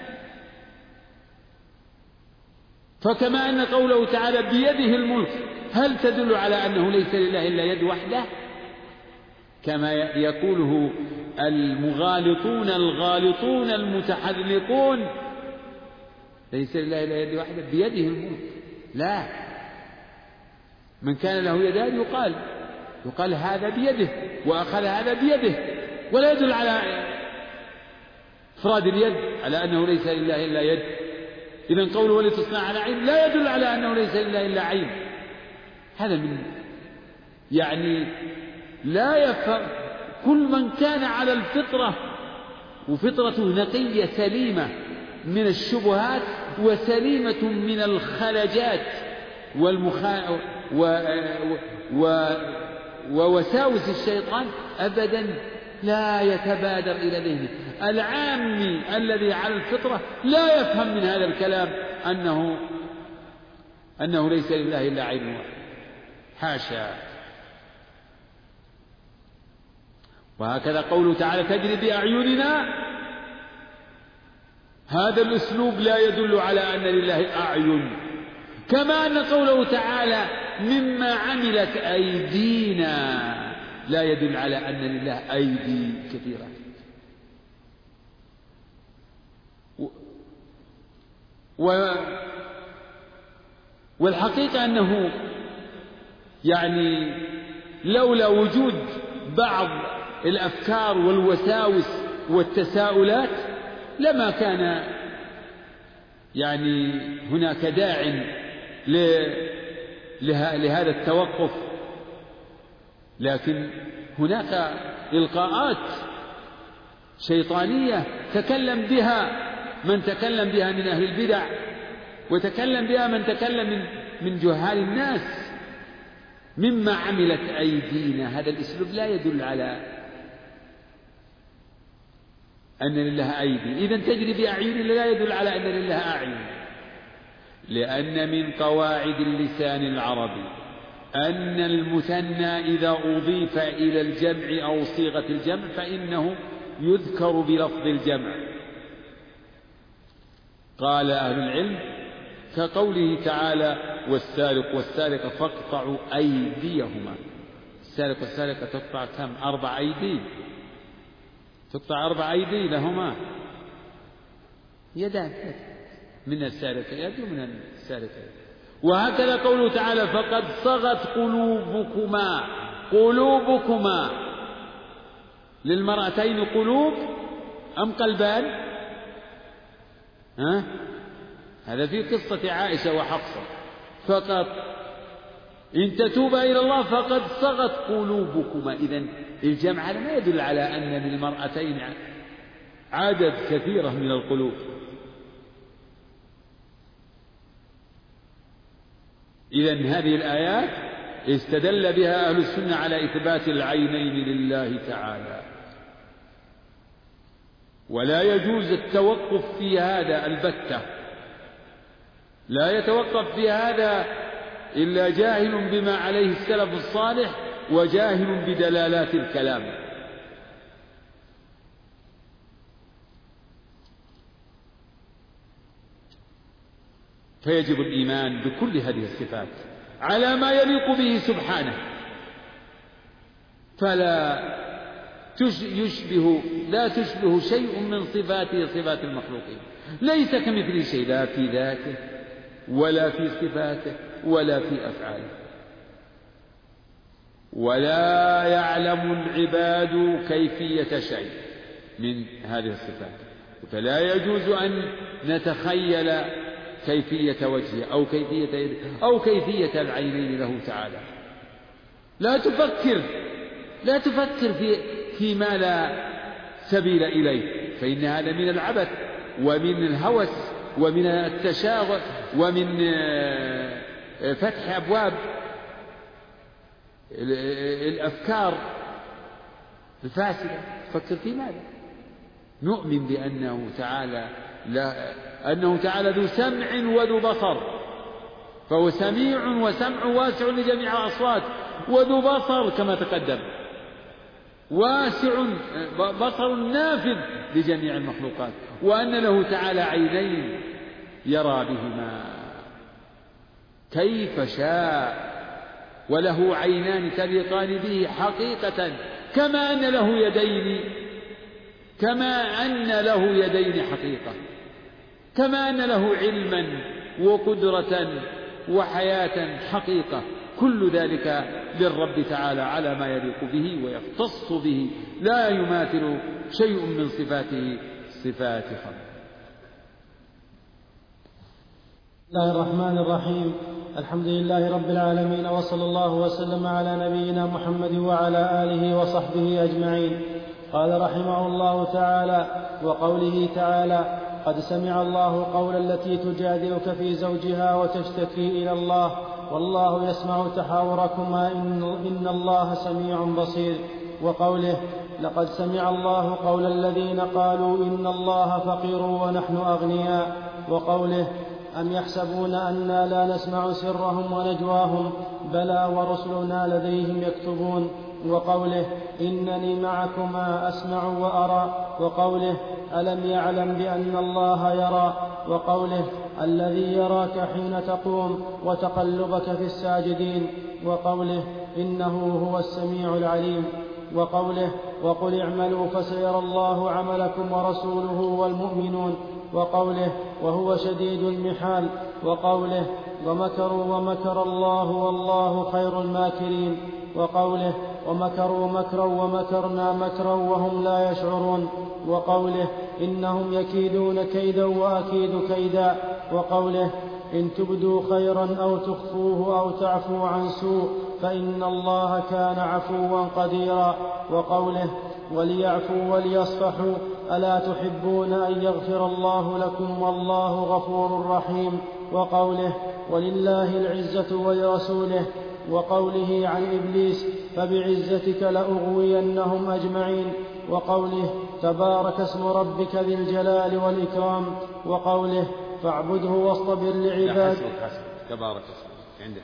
فكما أن قوله تعالى بيده الملك، هل تدل على أنه ليس لله إلا يد وحده كما يقوله المغالطون الغالطون المتحذلقون؟ ليس لله إلا يد وحده، بيده الملك. لا، من كان له يدان يقال هذا بيده وأخذ هذا بيده، ولا يدل على إفراد اليد على أنه ليس لله إلا يد. إذن قوله ولتصنع على عين لا يدل على أنه ليس لله إلا عين. هذا من لا يفهم. كل من كان على الفطرة، وفطرته نقية سليمة من الشبهات وسليمة من الخلجات ووساوس الشيطان، أبدا لا يتبادر إلى ذهنه. العامي الذي على الفطرة لا يفهم من هذا الكلام أنه ليس لله إلا عين واحد، حاشا. وهكذا قوله تعالى تجري بأعيننا، هذا الأسلوب لا يدل على أن لله أعين، كما أن قوله تعالى مما عملت أيدينا لا يدل على أن لله أيدي كثيرة. والحقيقة أنه لولا وجود بعض الأفكار والوساوس والتساؤلات لما كان هناك داع لهذا التوقف. لكن هناك إلقاءات شيطانية تكلم بها من تكلم بها من أهل البدع، وتكلم بها من تكلم من جهال الناس. مما عملت أيدينا، هذا الأسلوب لا يدل على أن لله أيدي. إذن تجري بأعيننا لا يدل على أن لله أعين، لأن من قواعد اللسان العربي أن المثنى إذا أضيف إلى الجمع أو صيغة الجمع فإنه يذكر بلفظ الجمع. قال أهل العلم كقوله تعالى والسارق والسارقة فاقطعوا أيديهما. السارق والسارقة تقطع كم؟ 4 أيدي، تقطع 4 أيدي لهما يدان، من السارق يد ومن السارق يد. وهكذا قوله تعالى فقد صغت قلوبكما للمرأتين قلوب أم قلبان؟ هذا في قصة عائشة وحفصة. فقط إن تتوبا إلى الله فقد صغت قلوبكما. إذن الجمع هذا ما يدل على أن للمرأتين عدد كثيرة من القلوب. إذن هذه الآيات استدل بها أهل السنة على إثبات العينين لله تعالى، ولا يجوز التوقف في هذا البتة، لا يتوقف في هذا إلا جاهل بما عليه السلف الصالح وجاهل بدلالات الكلام. فيجب الإيمان بكل هذه الصفات على ما يليق به سبحانه، لا تشبه شيء من صفاته صفات المخلوقين، ليس كمثله شيء، لا في ذاته ولا في صفاته ولا في أفعاله. ولا يعلم العباد كيفية شيء من هذه الصفات، فلا يجوز أن نتخيل كيفية وجهه أو كيفية يده أو كيفية العينين له تعالى. لا تفكر فيما لا سبيل إليه، فإن هذا من العبث ومن الهوس ومن التشاغل ومن فتح أبواب الأفكار الفاسدة. فكر في ماذا؟ نؤمن بأنه تعالى ذو سمع وذو بصر، فهو سميع وسمع واسع لجميع الأصوات، وذو بصر كما تقدم واسع بصر نافذ لجميع المخلوقات، وأن له تعالى عينين يرى بهما كيف شاء، وله عينان تليقان به حقيقة، كما أن له يدين حقيقة، كما أن له علما وقدرة وحياة حقيقة. كل ذلك للرب تعالى على ما يليق به ويختص به، لا يماثل شيء من صفاته صفات خلقه. بسم الله الرحمن الرحيم. الحمد لله رب العالمين، وصلى الله وسلم على نبينا محمد وعلى آله وصحبه أجمعين. قال رحمه الله تعالى: وقوله تعالى: قد سمع الله قول التي تجادلك في زوجها وتشتكي إلى الله والله يسمع تحاوركما إن الله سميع بصير. وقوله: لقد سمع الله قول الذين قالوا إن الله فقير ونحن أغنياء. وقوله: أم يحسبون أنا لا نسمع سرهم ونجواهم بلى ورسلنا لديهم يكتبون. وقوله: إنني معكما أسمع وأرى. وقوله: ألم يعلم بأن الله يرى. وقوله: الذي يراك حين تقوم وتقلبك في الساجدين. وقوله: إنه هو السميع العليم. وقوله: وقل اعملوا فسيرى الله عملكم ورسوله والمؤمنون. وقوله: وهو شديد المحال. وقوله: ومكروا ومكر الله والله خير الماكرين. وقوله: ومكروا مكرا ومكرنا مكرا وهم لا يشعرون. وقوله: إنهم يكيدون كيدا وأكيد كيدا. وقوله: إن تبدوا خيرا أو تخفوه أو تعفوا عن سوء فإن الله كان عفوا قديرا. وقوله: وليعفوا وليصفحوا ألا تحبون أن يغفر الله لكم والله غفور رحيم. وقوله: ولله العزة ولرسوله. وقوله عن إبليس: فبعزتك لأغوينهم أجمعين. وقوله: تبارك اسم ربك ذي الجلال والإكرام. وقوله: فاعبده واصطبر لعباد. تبارك اسمه عند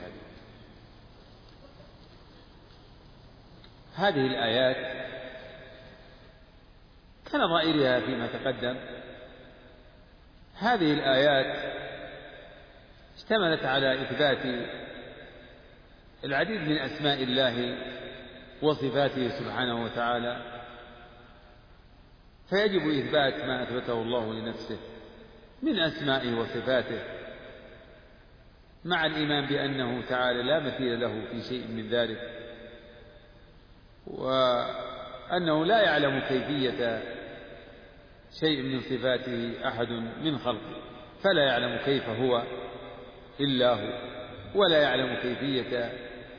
هذه الآيات كنظائرها فيما تقدم. هذه الآيات اشتملت على إثبات العديد من أسماء الله وصفاته سبحانه وتعالى، فيجب إثبات ما أثبته الله لنفسه من أسمائه وصفاته، مع الإيمان بأنه تعالى لا مثيل له في شيء من ذلك، وأنه لا يعلم كيفية شيء من صفاته أحد من خلقه، فلا يعلم كيف هو إلا هو، ولا يعلم كيفية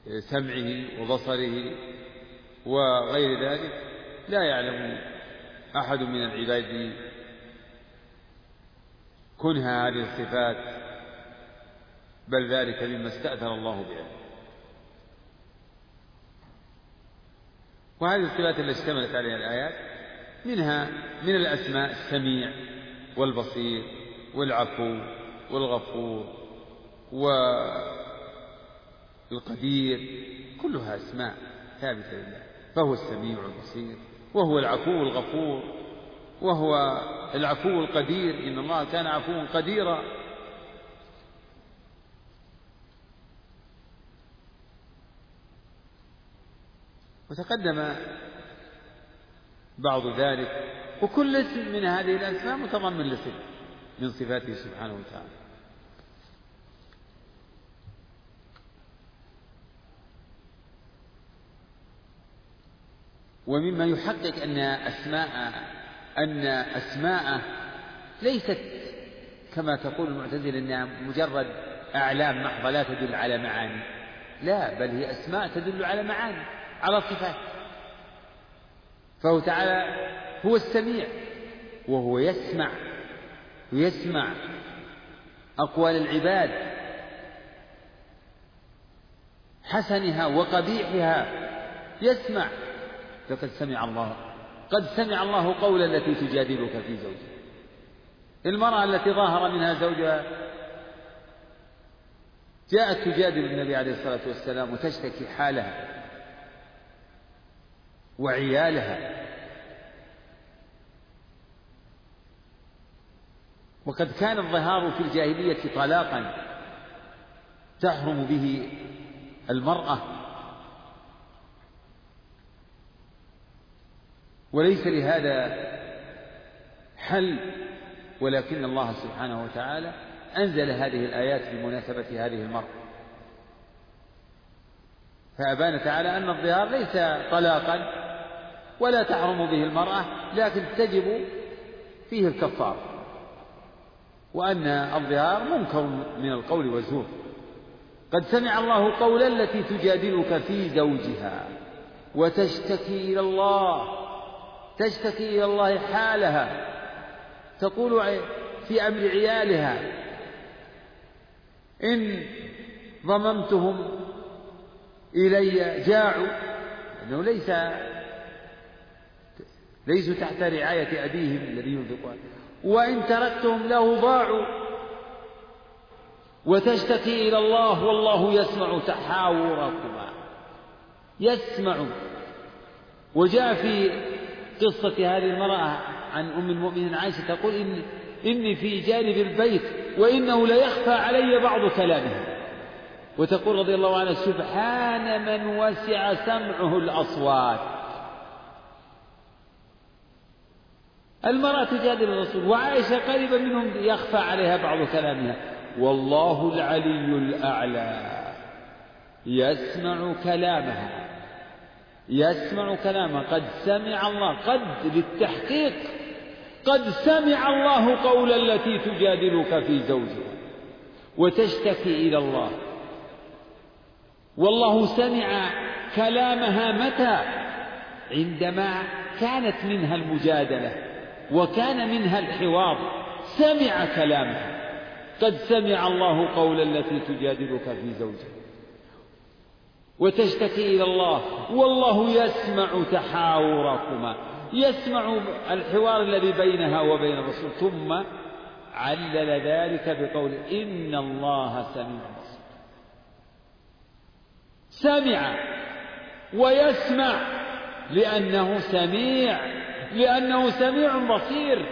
سمعه وبصره وغير ذلك لا يعلم أحد من العباد كنها هذه الصفات، بل ذلك مما استأثر الله به. وهذه الصفات التي اشتملت عليها الآيات منها من الأسماء السميع والبصير والعفو والغفور والقدير، كلها أسماء ثابتة لله، فهو السميع والبصير، وهو العفو الغفور، وهو العفو القدير، إن الله كان عفوا قديرا. وتقدم بعض ذلك، وكل اسم من هذه الأسماء متضمن لصفة من صفاته سبحانه وتعالى. ومما يحقق أن أسماءه ليست كما تقول المعتزلة أنها مجرد أعلام محضة لا تدل على معاني، لا، بل هي أسماء تدل على معاني، على صفات. فهو تعالى هو السميع، وهو يسمع أقوال العباد حسنها وقبيحها، يسمع. قد سمع الله قول التي تجادلك في زوجها، المرأة التي ظاهر منها زوجها جاءت تجادل النبي عليه الصلاة والسلام وتشتكي حالها وعيالها، وقد كان الظهار في الجاهلية طلاقا تحرم به المرأة، وليس لهذا حل، ولكن الله سبحانه وتعالى أنزل هذه الآيات بمناسبة هذه المرأة، فأبان تعالى أن الظهار ليس طلاقا ولا تحرم به المرأة، لكن تجب فيه الكفارة، وأن الظهار منكر من القول والزور. قد سمع الله قول التي تجادلك في زوجها وتشتكي إلى الله حالها، تقول في أمر عيالها: إن ضممتهم إلي جاعوا، لأنه ليسوا تحت رعاية أبيهم الذي ينفقون، وإن تركتهم له ضاعوا، وتشتكي إلى الله والله يسمع تحاوركما، يسمع. وجاء في قصة هذه المرأة عن أم المؤمنين عائشة تقول: إني في جانب البيت وإنه ليخفى علي بعض كلامها، وتقول رضي الله عنها: سبحان من وسع سمعه الأصوات. المرأة تجادل الرسول، وعائشة قريبا منهم يخفى عليها بعض كلامها، والله العلي الأعلى يسمع كلامها. قد سمع الله، قد للتحقيق، قد سمع الله قول التي تجادلك في زوجها وتشتكي إلى الله، والله سمع كلامها متى؟ عندما كانت منها المجادلة وكان منها الحوار، سمع كلامها. قد سمع الله قول التي تجادلك في زوجها وتشتكي إلى الله والله يسمع تحاوركما، يسمع الحوار الذي بينها وبين الرسول. ثم علل ذلك بقول: إن الله سميع بصير. سمع ويسمع لأنه سميع بصير.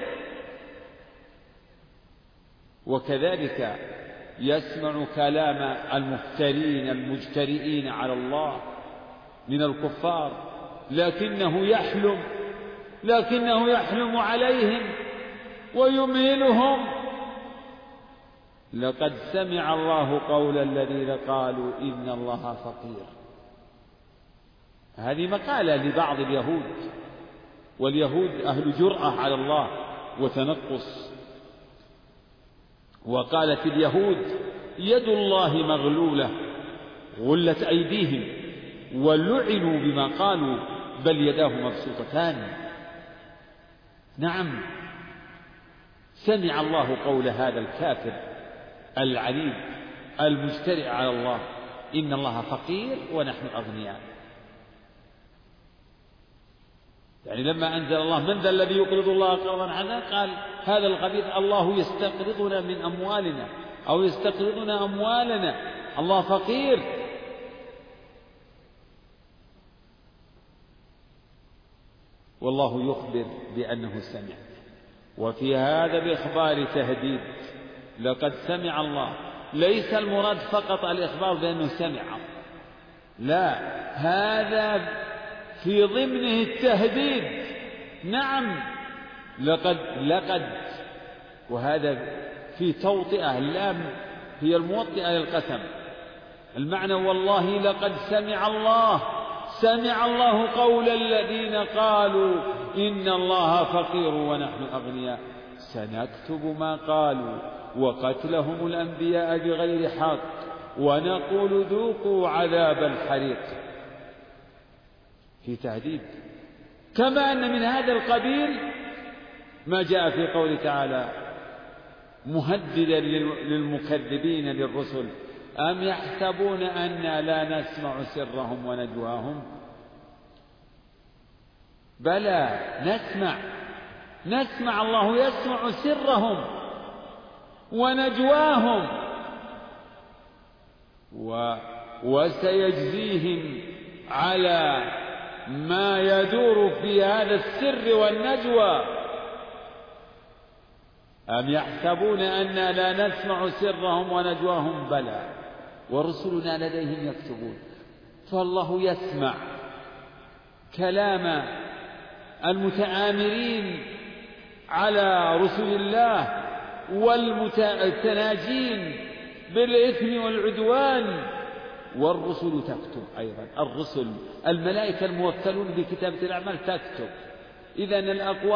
وكذلك يسمع كلام المفترين المجترئين على الله من الكفار، لكنه يحلم عليهم ويمهلهم. لقد سمع الله قول الذين قالوا إن الله فقير. هذه مقالة لبعض اليهود، واليهود أهل جرأة على الله وتنقص. وقالت اليهود: يد الله مغلولة غلت أيديهم ولعنوا بما قالوا بل يداه مبسوطتان. نعم، سمع الله قول هذا الكافر العنيد المجترئ على الله: إن الله فقير ونحن أغنياء. يعني لما أنزل الله: من ذا الذي يقرض الله قرضا حسنا، قال هذا الخبيث: الله يستقرضنا من أموالنا أو يستقرضنا أموالنا، الله فقير. والله يخبر بأنه سمع. وفي هذا الإخبار تهديد. لقد سمع الله، ليس المراد فقط الإخبار بأنه سمع، لا، هذا في ضمنه التهديد. نعم، لقد وهذا في توطئة، اللام هي الموطئة للقسم. المعنى: والله لقد سمع الله قول الذين قالوا إن الله فقير ونحن أغنياء، سنكتب ما قالوا وقتلهم الأنبياء بغير حق ونقول ذوقوا عذاب الحريق. في تهديد. كما أن من هذا القبيل ما جاء في قوله تعالى مهددا للمكذبين للرسل: أم يحسبون أنا لا نسمع سرهم ونجواهم؟ بلى نسمع، الله يسمع سرهم ونجواهم، وسيجزيهم على ما يدور في هذا السر والنجوى. أم يحسبون أنا لا نسمع سرهم ونجواهم؟ بلى ورسلنا لديهم يكتبون. فالله يسمع كلام المتآمرين على رسل الله والمتناجين بالإثم والعدوان، والرسل تكتب أيضا. الرسل الملائكة الموكلون بكتابة الأعمال تكتب. إذن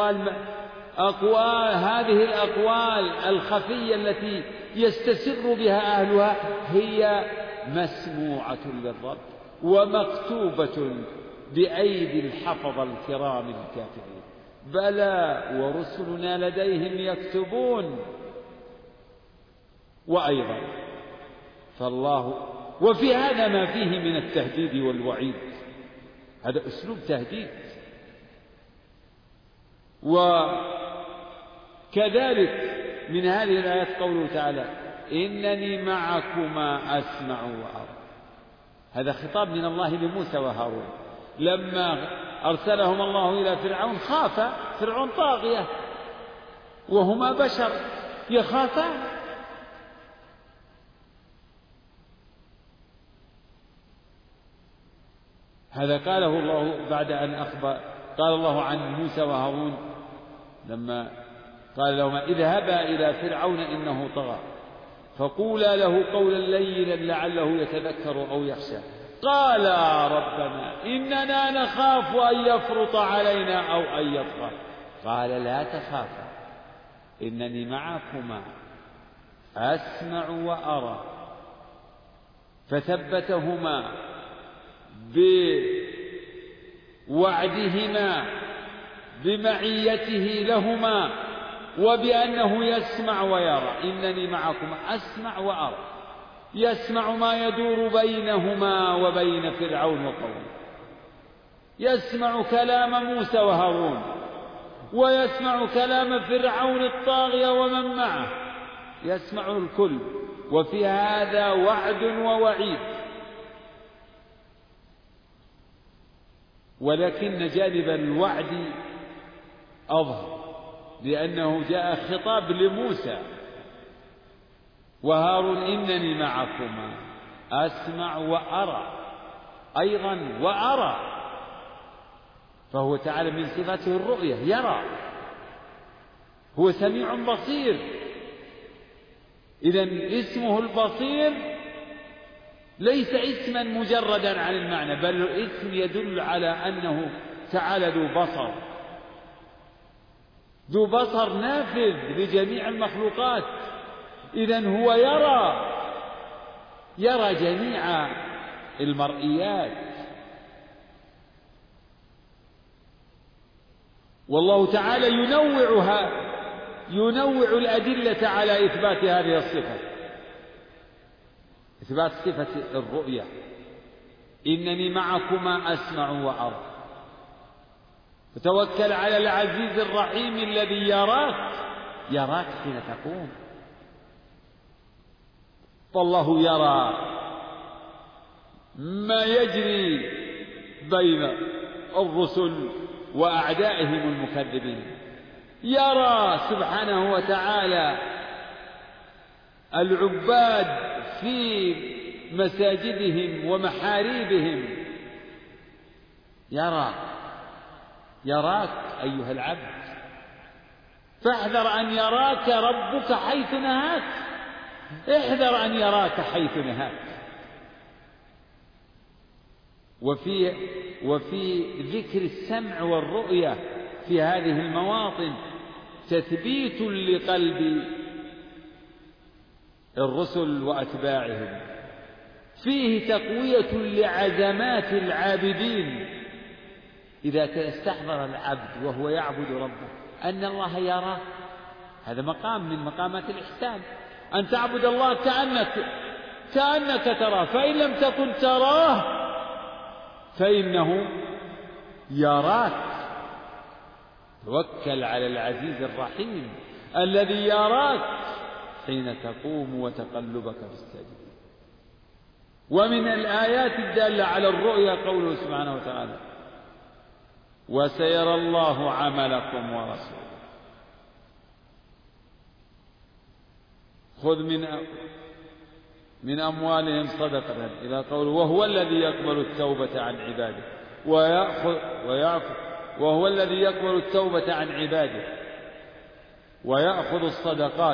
هذه الأقوال الخفية التي يستسر بها أهلها هي مسموعة للرب ومكتوبة بأيدي الحفظ الكرام الكاتبين. بلى ورسلنا لديهم يكتبون. وأيضا فالله، وفي هذا ما فيه من التهديد والوعيد، هذا أسلوب تهديد. وكذلك من هذه الآيات قوله تعالى: إنني معكما أسمع وأرى. هذا خطاب من الله لموسى وهارون لما أرسلهم الله إلى فرعون. خاف فرعون طاغية وهما بشر يخافان. هذا قاله الله بعد أن قال الله عن موسى وهارون لما قال لهما: اذهبا إلى فرعون إنه طغى فقولا له قولا لينا لعله يتذكر أو يخشى. قالا ربنا إننا نخاف أن يفرط علينا أو أن يطغى. قال: لا تخافا إنني معكما أسمع وأرى. فثبتهما بوعدهما بمعيته لهما وبأنه يسمع ويرى. إنني معكما أسمع وأرى، يسمع ما يدور بينهما وبين فرعون وقومه، يسمع كلام موسى وهارون ويسمع كلام فرعون الطاغية ومن معه، يسمع الكل. وفي هذا وعد ووعيد. ولكن جانب الوعد أظهر، لأنه جاء خطاب لموسى وهارون: إنني معكما أسمع وأرى. أيضا وأرى، فهو تعالى من صفاته الرؤية، يرى، هو سميع بصير. إذن اسمه البصير ليس اسما مجردا عن المعنى، بل الاسم يدل على أنه تعالى ذو بصر نافذ لجميع المخلوقات. إذن هو يرى جميع المرئيات. والله تعالى ينوع الأدلة على إثبات هذه الصفة، إثبات صفة الرؤية: إنني معكما أسمع وأرى. فتوكل على العزيز الرحيم الذي يراك حين تقوم. فالله يرى ما يجري بين الرسل وأعدائهم المكذبين، يرى سبحانه وتعالى العباد في مساجدهم ومحاريبهم، يراك أيها العبد، فاحذر أن يراك ربك حيث نهاك، احذر أن يراك حيث نهاك. وفي ذكر السمع والرؤية في هذه المواطن تثبيت لقلب الرسل وأتباعهم، فيه تقوية لعزمات العابدين. إذا استحضر العبد وهو يعبد ربه أن الله يراه، هذا مقام من مقامات الإحسان، أن تعبد الله كأنك تراه، فإن لم تكن تراه فإنه يراك. توكل على العزيز الرحيم الذي يراك حين تقوم وتقلبك في الساجدين. ومن الآيات الدالة على الرؤيا قوله سبحانه وتعالى: وسيرى الله عملكم ورسوله. خذ من أموالهم صدقة، إلى قوله: وهو الذي يقبل التوبة عن عباده وهو الذي يقبل التوبة عن عباده ويأخذ الصدقات.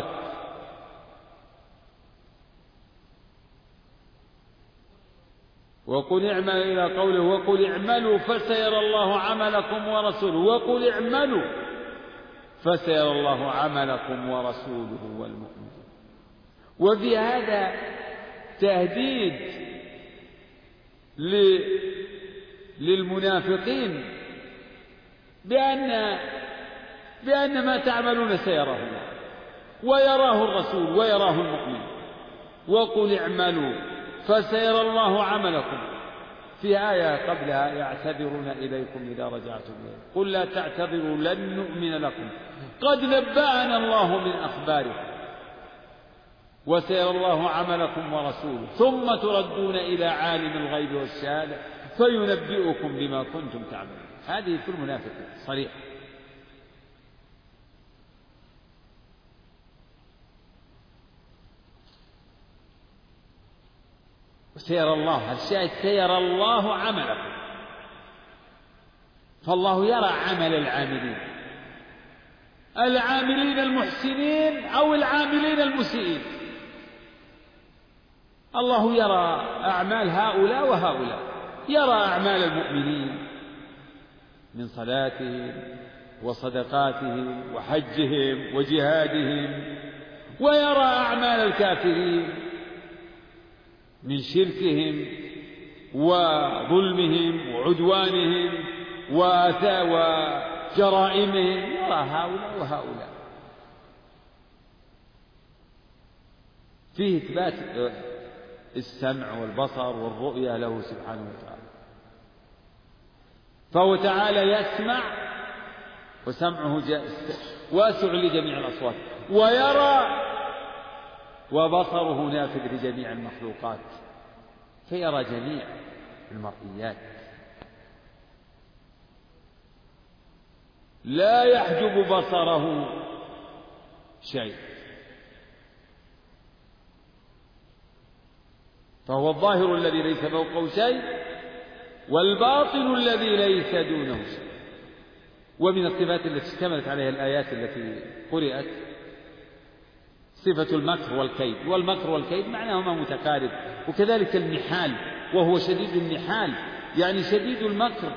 وقل اعملوا، إلى قوله: وقل اعملوا فسيرى الله عملكم ورسوله. وقل اعملوا فسيرى الله عملكم ورسوله والمؤمنون. وفي هذا تهديد للمنافقين بأن ما تعملون سيراه الله ويراه الرسول ويراه المؤمن. وقل اعملوا فسيرى الله عملكم. في آية قبلها: يعتذرون إليكم إذا رجعتم إليهم قل لا تعتذروا لن نؤمن لكم قد نبأنا الله من أخباركم وسيرى الله عملكم ورسوله ثم تردون إلى عالم الغيب والشهادة فينبئكم بما كنتم تعملون. هذه في المنافقين صريح. سيرى الله، الشاهد سيرى الله عملكم، فالله يرى عمل العاملين المحسنين أو العاملين المسيئين. الله يرى أعمال هؤلاء وهؤلاء، يرى أعمال المؤمنين من صلاتهم وصدقاتهم وحجهم وجهادهم، ويرى أعمال الكافرين من شركهم وظلمهم وعدوانهم وجرائمهم، يرى هؤلاء وهؤلاء. فيه إثبات السمع والبصر والرؤية له سبحانه وتعالى، فهو تعالى يسمع وسمعه واسع لجميع الأصوات، ويرى وبصره نافذ لجميع المخلوقات، فيرى جميع المرئيات، لا يحجب بصره شيء، فهو الظاهر الذي ليس فوقه شيء والباطن الذي ليس دونه شيء. ومن الصفات التي اشتملت عليها الآيات التي قرأت صفة المكر والكيد، والمكر والكيد معناهما متقارب، وكذلك النحال، وهو شديد النحال يعني شديد المكر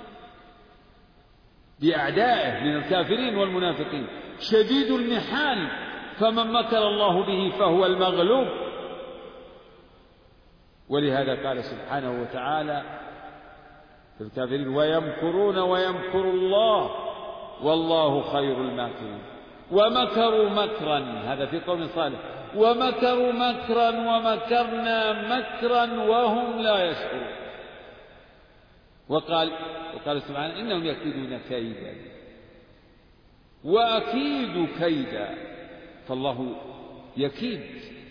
بأعدائه من الكافرين والمنافقين، شديد النحال، فمن مكر الله به فهو المغلوب، ولهذا قال سبحانه وتعالى في الكافرين ويمكرون ويمكر الله والله خير الماكرين ومكروا مكرا، هذا في قوم صالح، ومكروا مكرا ومكرنا مكرا وهم لا يشعرون. وقال سبحانه إنهم يكيدون كيدا وأكيد كيدا، فالله يكيد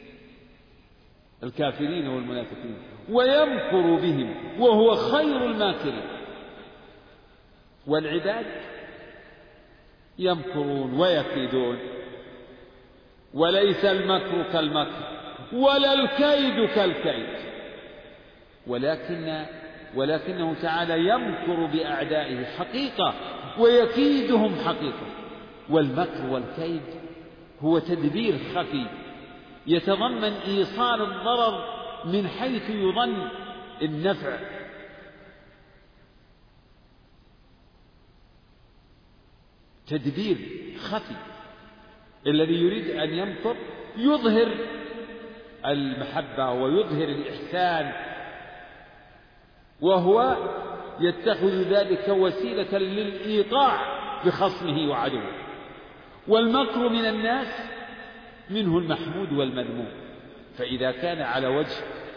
الكافرين والمنافقين ويمكر بهم وهو خير الماكرين. والعباد يمكرون ويكيدون، وليس المكر كالمكر ولا الكيد كالكيد، ولكنه تعالى يمكر بأعدائه حقيقة ويكيدهم حقيقة. والمكر والكيد هو تدبير خفي يتضمن إيصال الضرر من حيث يظن النفع، تدبير خفي. الذي يريد أن يمكر يظهر المحبة ويظهر الإحسان، وهو يتخذ ذلك وسيلة للإيقاع بخصمه وعدوه. والمكر من الناس منه المحمود والمذموم، فإذا كان على وجه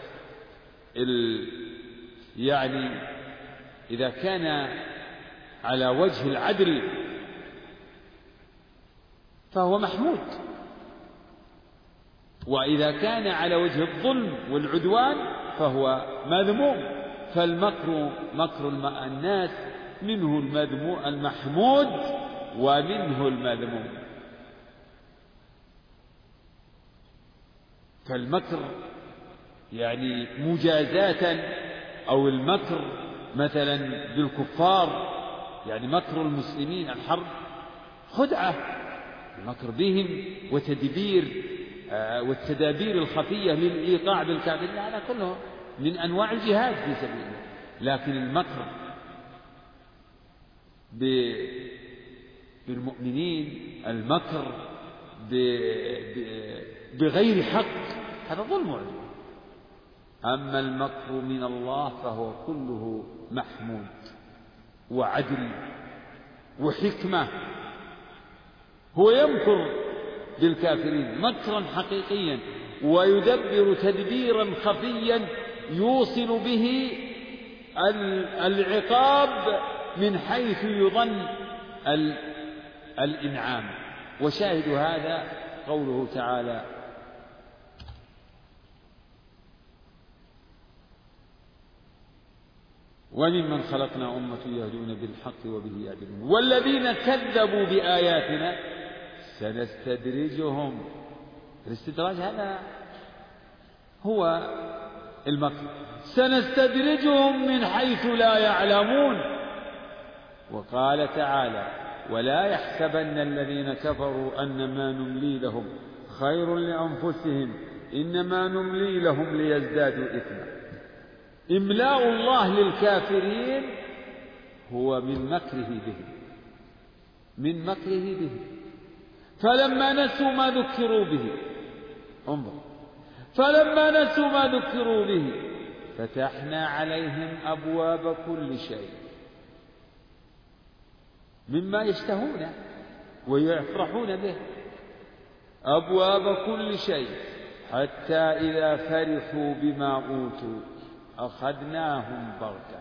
إذا كان على وجه العدل فهو محمود، وإذا كان على وجه الظلم والعدوان فهو مذموم. فالمكر مكر الناس منه المحمود ومنه المذموم. فالمكر يعني مجازاة، أو المكر مثلا بالكفار، يعني مكر المسلمين الحرب خدعة، المكر بهم وتدبير والتدابير الخفية للإيقاع بالكافرين، هذا كله من أنواع الجهاد في سبيل الله. لكن المكر بالمؤمنين، المكر بغير حق، هذا ظلم وعدوان. أما المكر من الله فهو كله محمود وعدل وحكمة. هو يمكر بالكافرين مكرا حقيقيا ويدبر تدبيرا خفيا يوصل به العقاب من حيث يظن الإنعام. وشاهد هذا قوله تعالى وممن خلقنا أمة يهدون بالحق وبه يعدلون والذين كذبوا بآياتنا سنستدرجهم. الاستدراج هذا هو المكر، سنستدرجهم من حيث لا يعلمون. وقال تعالى ولا يحسبن الذين كفروا أنما نملي لهم خير لأنفسهم إنما نملي لهم ليزدادوا إثما. إملاء الله للكافرين هو من مكره به، فلما نسوا ما ذكروا به، انظر، فلما نسوا ما ذكروا به فتحنا عليهم أبواب كل شيء مما يشتهون ويفرحون به، أبواب كل شيء حتى إذا فرحوا بما أوتوا أخذناهم بغتة.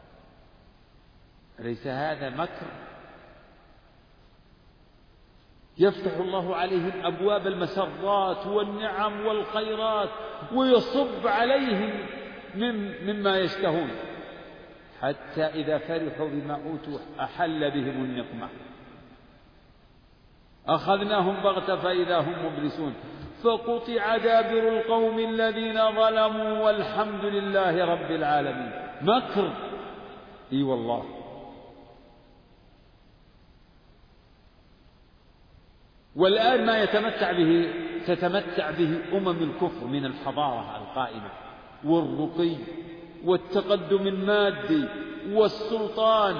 أليس هذا مكر؟ يفتح الله عليهم أبواب المسرات والنعم والخيرات ويصب عليهم مما يشتهون، حتى إذا فرحوا بما أوتوا أحل بهم النقمة أخذناهم بغتة فإذا هم مبلسون فقطع دابر القوم الذين ظلموا والحمد لله رب العالمين. مكر، إي والله. والآن ما تتمتع به الكفر من الحضارة القائمة والرقي والتقدم المادي والسلطان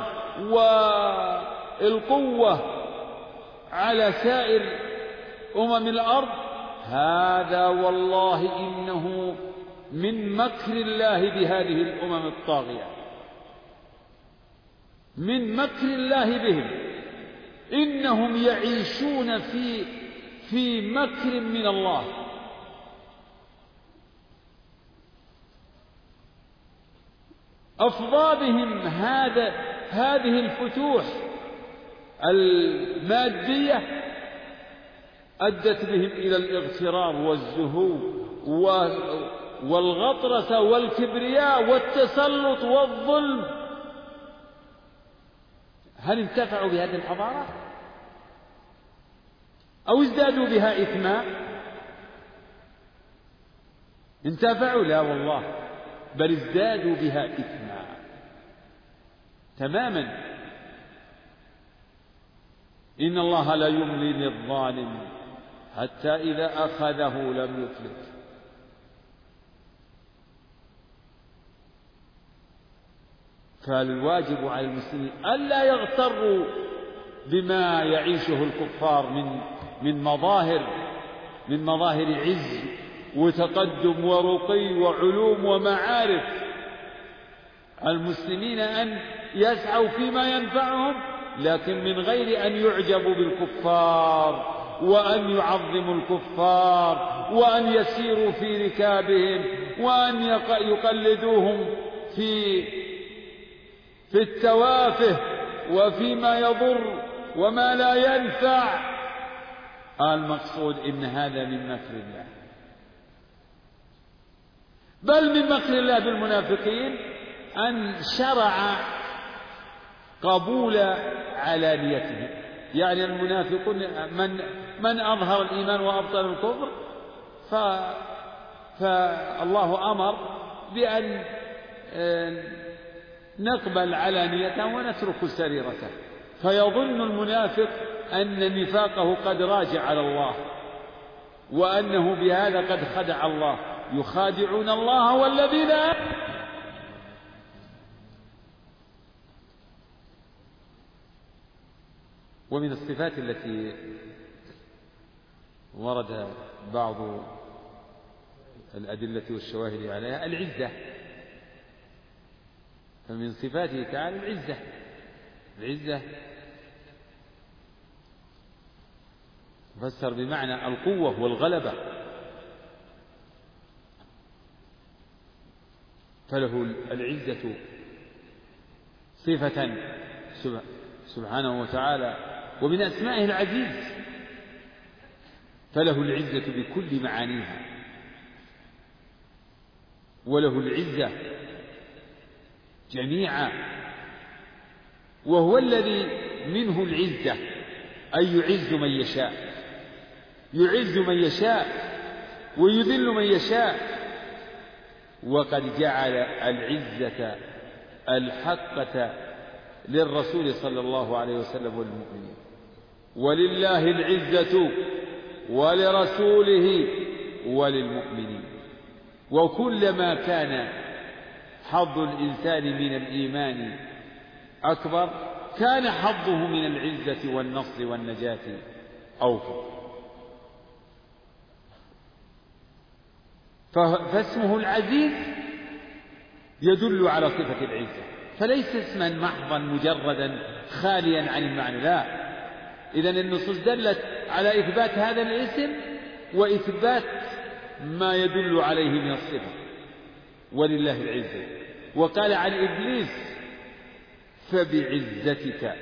والقوة على سائر الأرض، هذا والله إنه من مكر الله بهذه الأمم الطاغية، من مكر الله بهم. إنهم يعيشون في مكر من الله. أفضى بهم هذه الفتوح المادية، أدت بهم إلى الاغترار والزهو والغطرسة والكبرياء والتسلط والظلم. هل انتفعوا بهذه الحضارة أو ازدادوا بها إثما؟ انتفعوا؟ لا والله، بل ازدادوا بها إثما تماما. إن الله لا يملي للظالم حتى إذا أخذه لم يفلت. فالواجب على المسلمين ألا يغتروا بما يعيشه الكفار من مظاهر عز وتقدم ورقي وعلوم ومعارف. المسلمين أن يسعوا فيما ينفعهم، لكن من غير أن يعجبوا بالكفار وأن يعظموا الكفار وأن يسيروا في ركابهم وأن يقلدوهم في التوافه وفيما يضر وما لا ينفع. المقصود إن هذا من مكر الله، بل من مكر الله بالمنافقين أن شرع قبول علانيتهم. يعني المنافقون من أظهر الإيمان وأبطل الكفر فالله أمر بأن نقبل علانيته ونترك سريرته، فيظن المنافق أن نفاقه قد راجع على الله وأنه بهذا قد خدع الله. يخادعون الله والذين آمنوا. ومن الصفات التي ورد بعض الأدلة والشواهد عليها العزة. فمن صفاته تعالى العزة فسر بمعنى القوة والغلبة، فله العزة صفة سبحانه وتعالى، ومن أسمائه العزيز، فله العزة بكل معانيها، وله العزة جميعا، وهو الذي منه العزة، أي يعز من يشاء ويذل من يشاء. وقد جعل العزة الحقة للرسول صلى الله عليه وسلم والمؤمنين. ولله العزة ولرسوله وللمؤمنين. وكلما كان حظ الإنسان من الإيمان أكبر كان حظه من العزة والنصر والنجاة أوفر. فاسمه العزيز يدل على صفة العزة، فليس اسما محضا مجردا خاليا عن المعنى، لا. إذن النصوص دلت على إثبات هذا الاسم وإثبات ما يدل عليه من الصفة. ولله العزة. وقال عن إبليس فبعزتك،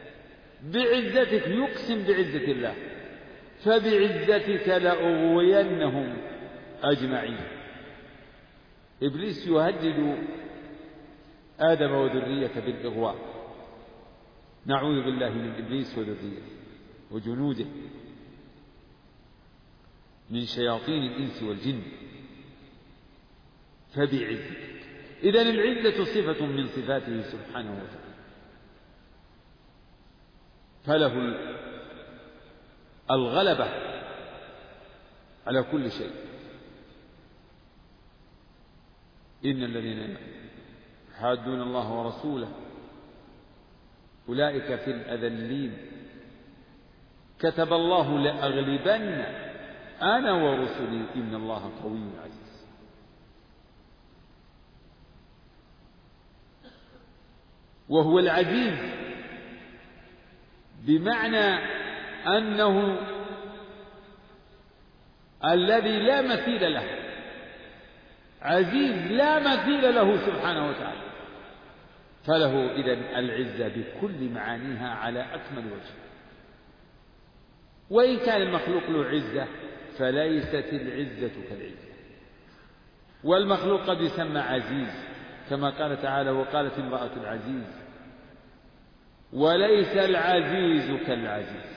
يقسم بعزة الله، فبعزتك لأغوينهم أجمعين. إبليس يهدد آدم وذريته بالإغواء. نعوذ بالله من إبليس وذريته وجنوده من شياطين الإنس والجن. فبعزتك. إذن العزة صفة من صفاته سبحانه وتعالى، فله الغلبة على كل شيء. إن الذين يحادون الله ورسوله أولئك في الأذلين كتب الله لأغلبن أنا ورسلي إن الله قوي عزيز. وهو العزيز، بمعنى أنه الذي لا مثيل له، عزيز لا مثيل له سبحانه وتعالى، فله إذن العزة بكل معانيها على أكمل وجه. وإن كان المخلوق له عزة فليست العزة كالعزة، والمخلوق قد يسمى عزيز كما قال تعالى: وقالت امرأة العزيز، وليس العزيز كالعزيز.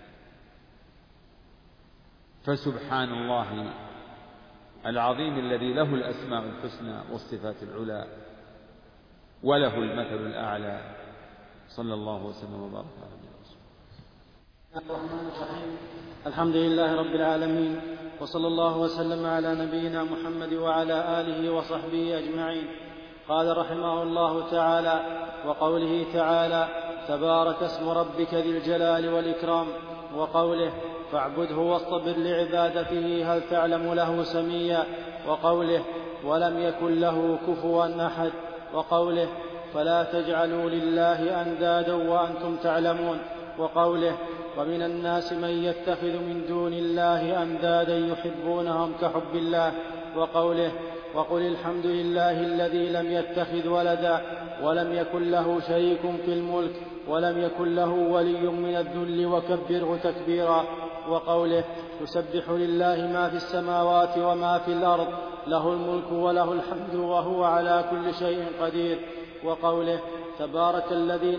فسبحان الله العظيم الذي له الأسماء الحسنى والصفات العلى وله المثل الأعلى. صلى الله وسلم وبارك على نبينا محمد. الرحمن الرحيم. الحمد لله رب العالمين، وصلى الله وسلم على نبينا محمد وعلى آله وصحبه أجمعين. قال رحمه الله تعالى: وقوله تعالى: تبارك اسم ربك ذي الجلال والإكرام، وقوله: فاعبده واصطبر لعبادته هل تعلم له سميا، وقوله: ولم يكن له كفوا أحد، وقوله: فلا تجعلوا لله أندادا وأنتم تعلمون، وقوله: ومن الناس من يتخذ من دون الله أندادا يحبونهم كحب الله، وقوله: وقل الحمد لله الذي لم يتخذ ولدا ولم يكن له شريك في الملك ولم يكن له ولي من الذل وكبره تكبيرا، وقوله: يسبح لله ما في السماوات وما في الأرض له الملك وله الحمد وهو على كل شيء قدير، وقوله: تبارك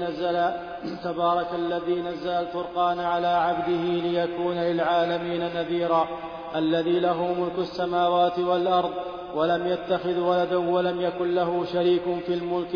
الذي نزل الفرقان على عبده ليكون للعالمين نذيرا، الذي له ملك السماوات والأرض ولم يتخذ ولدا ولم يكن له شريك في الملك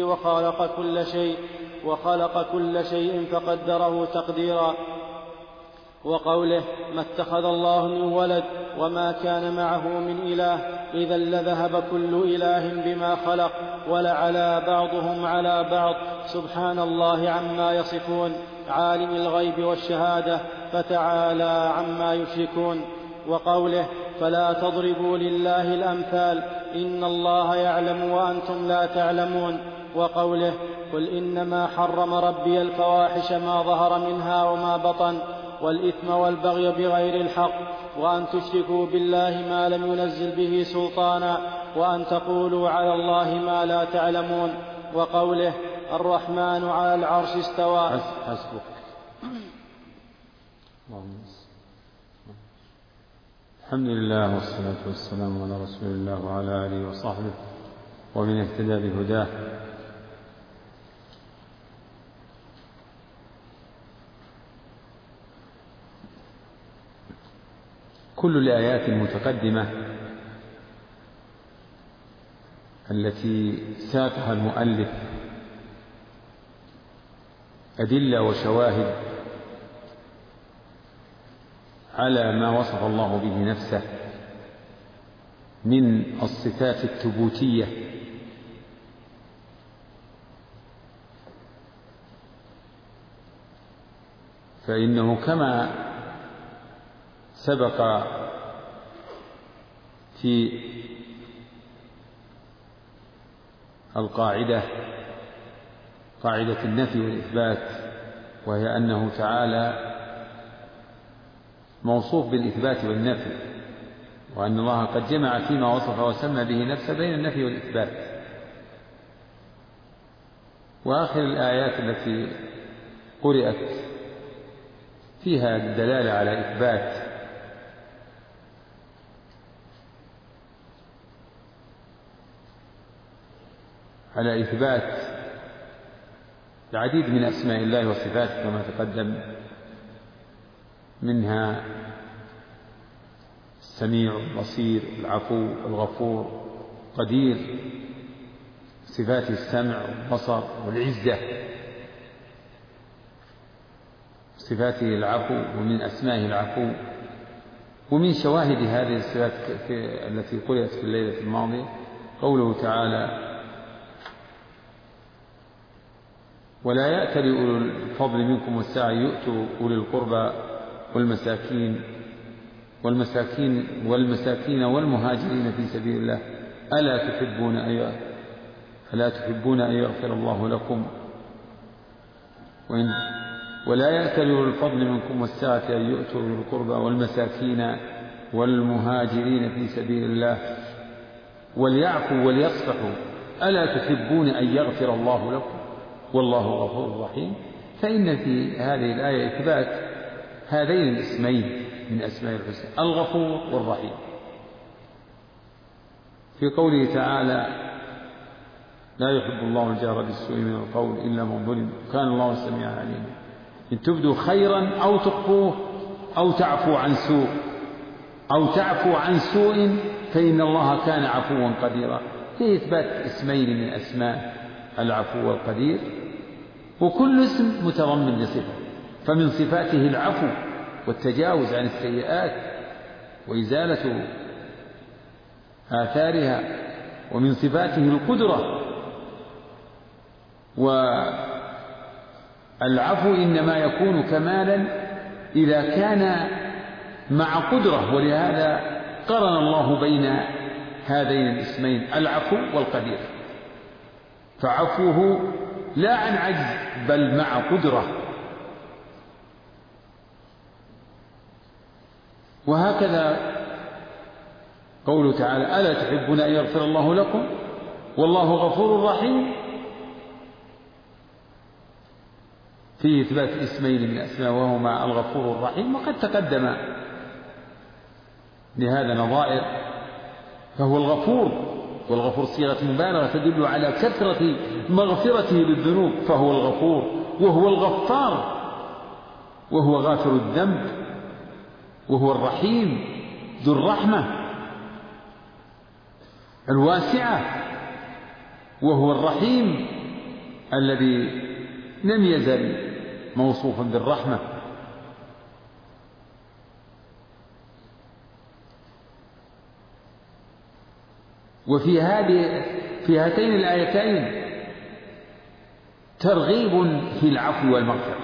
وخلق كل شيء فقدره تقديرا، وقوله: ما اتخذ الله من ولد وما كان معه من إله إذا لذهب كل إله بما خلق ولعلى بعضهم على بعض سبحان الله عما يصفون عالم الغيب والشهادة فتعالى عما يشركون، وقوله: فلا تضربوا لله الأمثال إن الله يعلم وأنتم لا تعلمون، وقوله: قل إنما حرم ربي الفواحش ما ظهر منها وما بطن والإثم والبغي بغير الحق وأن تشركوا بالله ما لم ينزل به سلطانا وأن تقولوا على الله ما لا تعلمون، وقوله: الرحمن على العرش استوى. حسبك. الحمد لله والصلاة والسلام على رسول الله وعلى آله وصحبه ومن اهتدى بهداه. كل الآيات المتقدمة التي ساقها المؤلف أدلة وشواهد على ما وصف الله به نفسه من الصفات الثبوتية فإنه كما سبق في القاعدة قاعدة النفي والإثبات، وهي أنه تعالى موصوف بالإثبات والنفي، وأن الله قد جمع فيما وصف وسمى به نفسه بين النفي والإثبات. وآخر الآيات التي قرأت فيها الدلالة على إثبات العديد من أسماء الله وصفاته كما تقدم، منها السميع البصير العفو الغفور قدير، صفات السمع والبصر والعزة، صفاته العفو، ومن أسمائه العفو. ومن شواهد هذه الصفات التي قرأت في الليلة الماضية قوله تعالى: ولا يأتل أولو الفضل منكم والسعة يؤتوا أولي القربى والمساكين والمهاجرين في سبيل الله ألا تحبون أن يغفر الله لكم ولا يأتل أولو الفضل منكم والسعة أن يؤتوا أولي القربى والمساكين والمهاجرين في سبيل الله وليعفوا وليصفحوا ألا تحبون أن يغفر الله لكم والله غفور رحيم. فإن في هذه الآية إثبات هذين الاسمين من أسماء الحسنى الغفور والرحيم. في قوله تعالى لا يحب الله الجهر بالسوء من القول إلا من ظلم كان الله سميعا عليما. إن تبدوا خيرا أو تخفوه أو تعفو عن سوء فإن الله كان عفوا قديرا. في إثبات اسمين من أسماء العفو والقدير، وكل اسم متضمن لصفة، فمن صفاته العفو والتجاوز عن السيئات وإزالة آثارها، ومن صفاته القدرة. والعفو إنما يكون كمالا إذا كان مع قدرة، ولهذا قرن الله بين هذين الاسمين العفو والقدير، فعفوه لا عن عجز بل مع قدرة. وهكذا قوله تعالى ألا تحبون أن يغفر الله لكم والله غفور رحيم، فيه إثبات اسمين من أسماء وهما الغفور الرحيم، وقد تقدم لهذا نظائر. فهو الغفور، والغفور صيغة مبالغة تدل على كثرة مغفرته للذنوب، فهو الغفور. وهو الغفار، وهو غافر الذنب، وهو الرحيم ذو الرحمة الواسعة، وهو الرحيم الذي لم يزل موصوفا بالرحمة. وفي هاتين الآيتين ترغيب في العفو والمغفرة،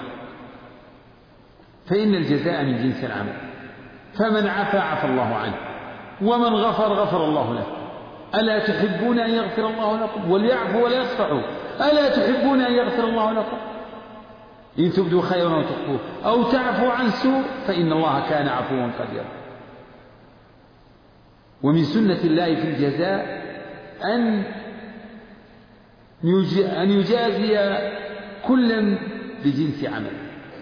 فإن الجزاء من جنس العمل، فمن عفا عفى الله عنه، ومن غفر غفر الله له. ألا تحبون أن يغفر الله لكم وليعفوا وليصفحوا ألا تحبون أن يغفر الله لكم إن تبدوا خيرا أو تخفوه أو تعفوا عن سوء فإن الله كان عفوا قديرا. ومن سنة الله في الجزاء أن يجازي كلا بجنس عمل.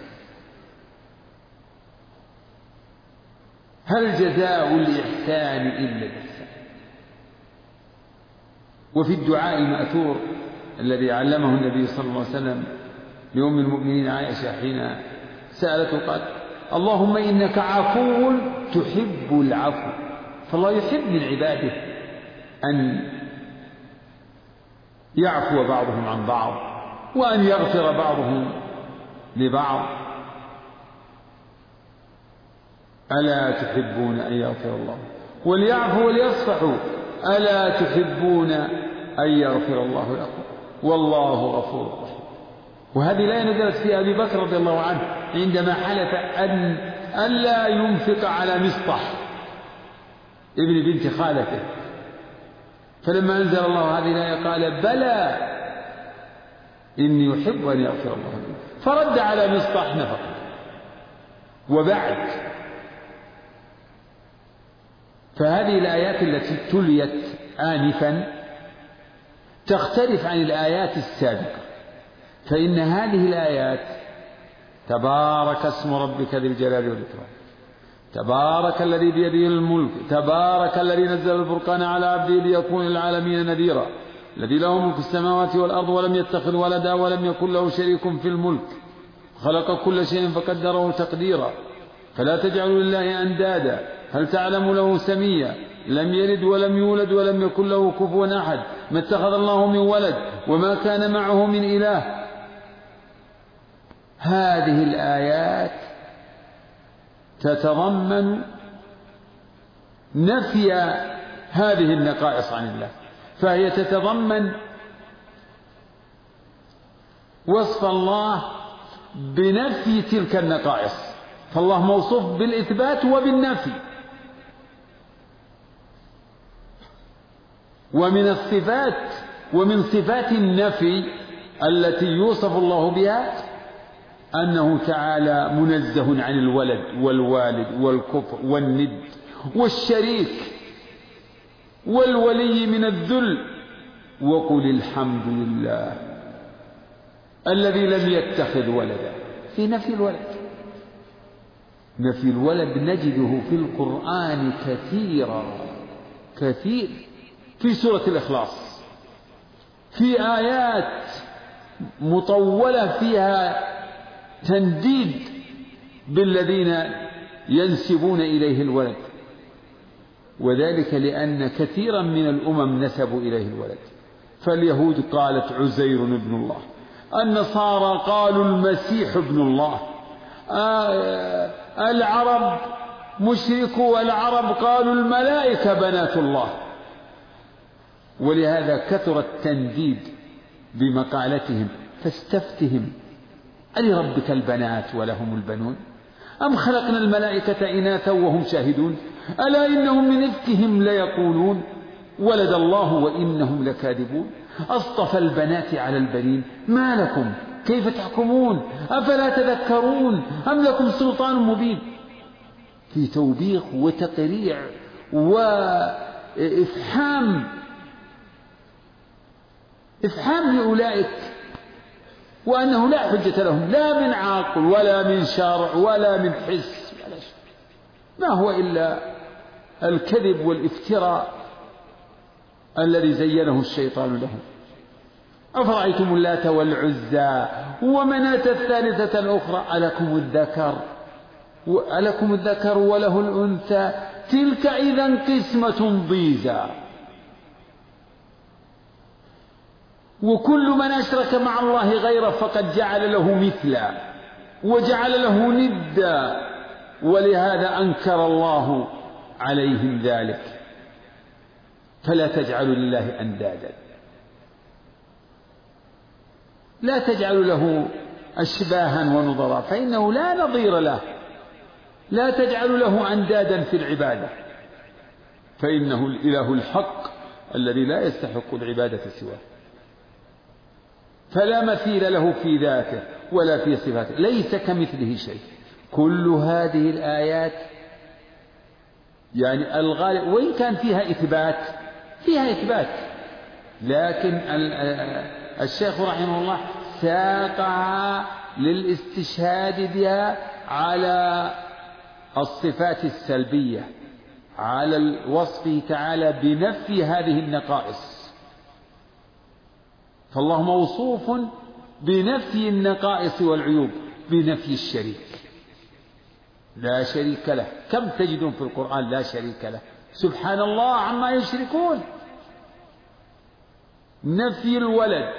هل جزاء الإحسان إلا الإحسان؟ وفي الدعاء المأثور الذي علمه النبي صلى الله عليه وسلم لأم المؤمنين عائشة حين سألته قال اللهم إنك عفو تحب العفو. فالله يحب من عباده أن يعفو بعضهم عن بعض وأن يغفر بعضهم لبعض. ألا تحبون أن يغفر الله وليعفوا وليصفحوا ألا تحبون أن يغفر الله لكم والله غفور رحيم. وهذه لا نزلت في أبي بكر رضي الله عنه عندما حلف أن لا ينفق على مصطح ابن بنت خالته، فلما أنزل الله هذه الآية قال بلى إني يحب أن يغفر الله لكم، فرد على مصطح نفقه. وبعد فهذه الآيات التي تليت آنفا تختلف عن الآيات السابقة، فإن هذه الآيات تبارك اسم ربك ذي الجلال والإكرام، تبارك الذي بيده الملك، تبارك الذي نزل الفرقان على عبده ليكون للعالمين نذيرا، الذي له ملك السماوات والأرض ولم يتخذ ولدا ولم يكن له شريك في الملك، خلق كل شيء فقدره تقديرا، فلا تجعلوا لله أندادا هل تعلم له سميا، لم يلد ولم يولد ولم يكن له كفوا أحد، ما اتخذ الله من ولد وما كان معه من إله. هذه الآيات تتضمن نفي هذه النقائص عن الله، فهي تتضمن وصف الله بنفي تلك النقائص، فالله موصوف بالإثبات وبالنفي. ومن الصفات ومن صفات النفي التي يوصف الله بها أنه تعالى منزه عن الولد والوالد والكفر والند والشريك والولي من الذل. وقل الحمد لله الذي لم يتخذ ولدا. في نفي الولد، نفي الولد نجده في القرآن كثير في سورة الإخلاص، في آيات مطولة فيها تنديد بالذين ينسبون إليه الولد، وذلك لأن كثيرا من الأمم نسبوا إليه الولد. فاليهود قالت عزير ابن الله، النصارى قالوا المسيح ابن الله، العرب مشركوا العرب قالوا الملائكة بنات الله. ولهذا كثر التنديد بمقالتهم. فاستفتهم ألربك البنات ولهم البنون أم خلقنا الملائكة إناثا وهم شاهدون ألا إنهم من إفكهم ليقولون ولد الله وإنهم لكاذبون أصطفى البنات على البنين ما لكم كيف تحكمون أفلا تذكرون أم لكم سلطان مبين. في توبيخ وتقريع وإفحام لأولئك، وأنه لا حجة لهم لا من عقل ولا من شرع ولا من حس ولا شيء، ما هو إلا الكذب والافتراء الذي زينه الشيطان لهم. أفرأيتم اللات والعزى ومناة الثالثة الأخرى ألكم الذكر وله الأنثى تلك إذا قسمة ضيزى. وكل من أشرك مع الله غيره فقد جعل له مثلا وجعل له ندا، ولهذا أنكر الله عليهم ذلك. فلا تجعلوا لله أندادا، لا تجعلوا له أشباها ونظرا فإنه لا نظير له، لا تجعلوا له أندادا في العبادة فإنه الإله الحق الذي لا يستحق العبادة سواه، فلا مثيل له في ذاته ولا في صفاته، ليس كمثله شيء. كل هذه الآيات يعني الغالب وإن كان فيها إثبات لكن الشيخ رحمه الله ساقها للاستشهاد بها على الصفات السلبية، على وصفه تعالى بنفي هذه النقائص. فالله موصوف بنفي النقائص والعيوب، بنفي الشريك، لا شريك له. كم تجدون في القرآن لا شريك له، سبحان الله عما يشركون. نفي الولد،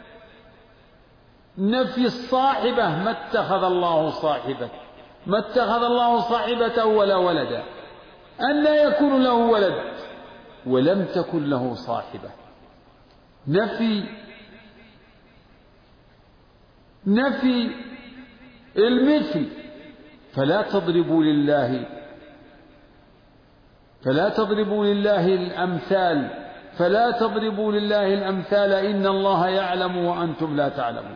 نفي الصاحبة، ما اتخذ الله صاحبة ولا ولدا، أن لا يكون له ولد ولم تكن له صاحبة. نفي المثل، فلا تضربوا لله الأمثال إن الله يعلم وأنتم لا تعلمون.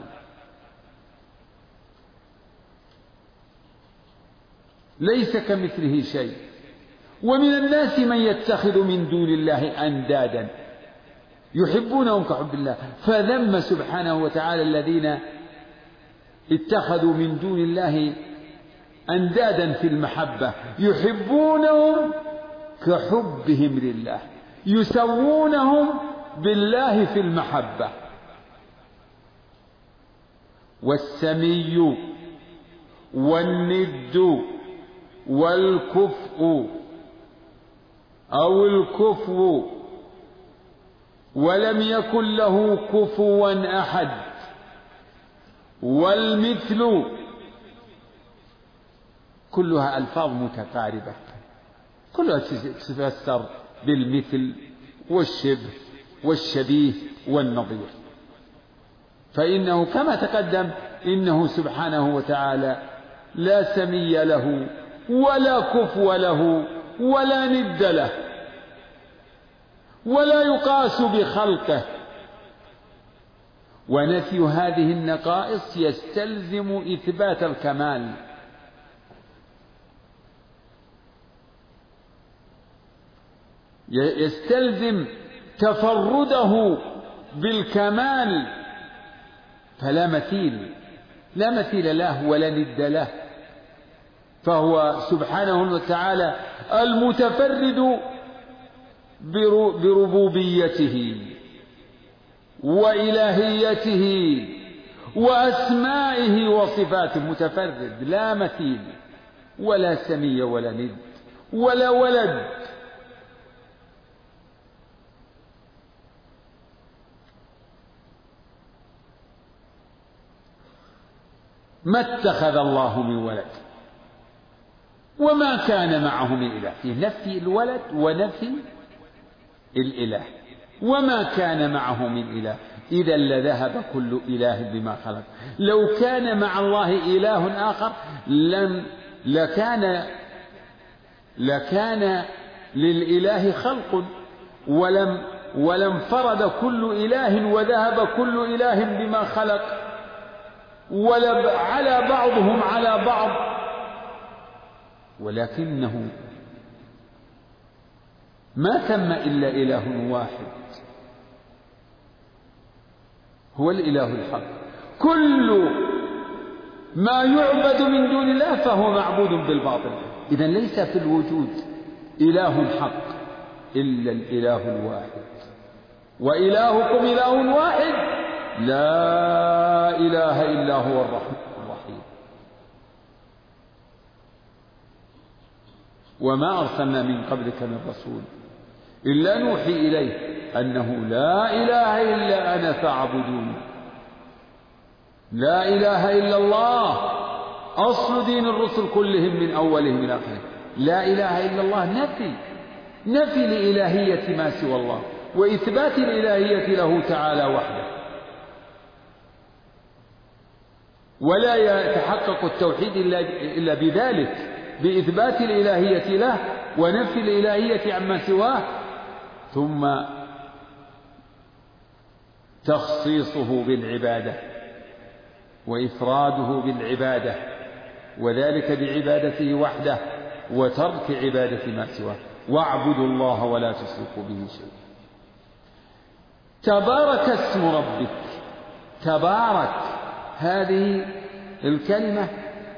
ليس كمثله شيء. ومن الناس من يتخذ من دون الله أندادا يحبونهم كحب الله، فذم سبحانه وتعالى الذين اتخذوا من دون الله أندادا في المحبة، يحبونهم كحبهم لله، يسوونهم بالله في المحبة. والسمي والند والكفء أو الكفو ولم يكن له كفوا أحد، والمثل، كلها ألفاظ متقاربة، كلها تفسر بالمثل والشبه والشبيه والنظير. فإنه كما تقدم إنه سبحانه وتعالى لا سمي له ولا كفو له ولا ند له، ولا يقاس بخلقه، ونفي هذه النقائص يستلزم إثبات الكمال، يستلزم تفرده بالكمال، فلا مثيل، لا مثيل له ولا ند له، فهو سبحانه وتعالى المتفرد بربوبيته وإلهيته وأسمائه وصفاته، متفرد لا مثيل ولا سمي ولا ند ولا ولد. ما اتخذ الله من ولد وما كان معه من إله، في نفي الولد ونفي الإله، وما كان معه من إله، إذا لذهب كل إله بما خلق. لو كان مع الله إله آخر لكان للإله خلق، ولم فرد كل إله وذهب كل إله بما خلق، ولا على بعضهم على بعض، ولكنه ما ثم إلا إله واحد هو الإله الحق. كل ما يعبد من دون الله فهو معبود بالباطل. إذن ليس في الوجود إله حق إلا الإله الواحد، وإلهكم إله واحد لا إله إلا هو الرحمن الرحيم. وما أرسلنا من قبلك من رسول إلا نوحي إليه أنه لا إله إلا أنا فاعبدون. لا إله إلا الله أصل دين الرسل كلهم من أولهم إلى آخره. لا إله إلا الله نفي لإلهية ما سوى الله، وإثبات الإلهية له تعالى وحده. ولا يتحقق التوحيد إلا بذلك، بإثبات الإلهية له ونفي الإلهية عما سواه، ثم تخصيصه بالعبادة وإفراده بالعبادة، وذلك بعبادته وحده وترك عبادة ما سواه. واعبدوا الله ولا تشركوا به شيئا. تبارك اسم ربك. تبارك هذه الكلمة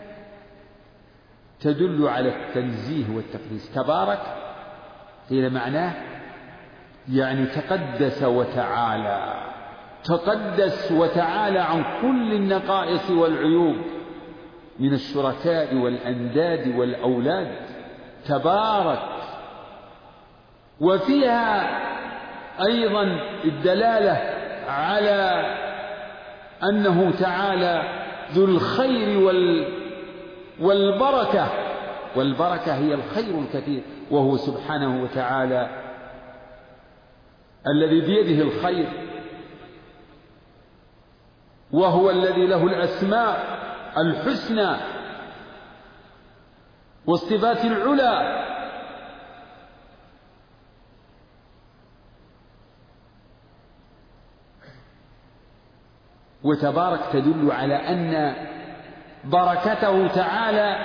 تدل على التنزيه والتقديس. تبارك قيل معناه يعني تقدس وتعالى، تقدس وتعالى عن كل النقائص والعيوب من الشركاء والأنداد والأولاد. تبارك. وفيها أيضا الدلالة على أنه تعالى ذو الخير والبركة، والبركة هي الخير الكثير، وهو سبحانه وتعالى الذي بيده الخير، وهو الذي له الأسماء الحسنى والصفات العلى. وتبارك تدل على أن بركته تعالى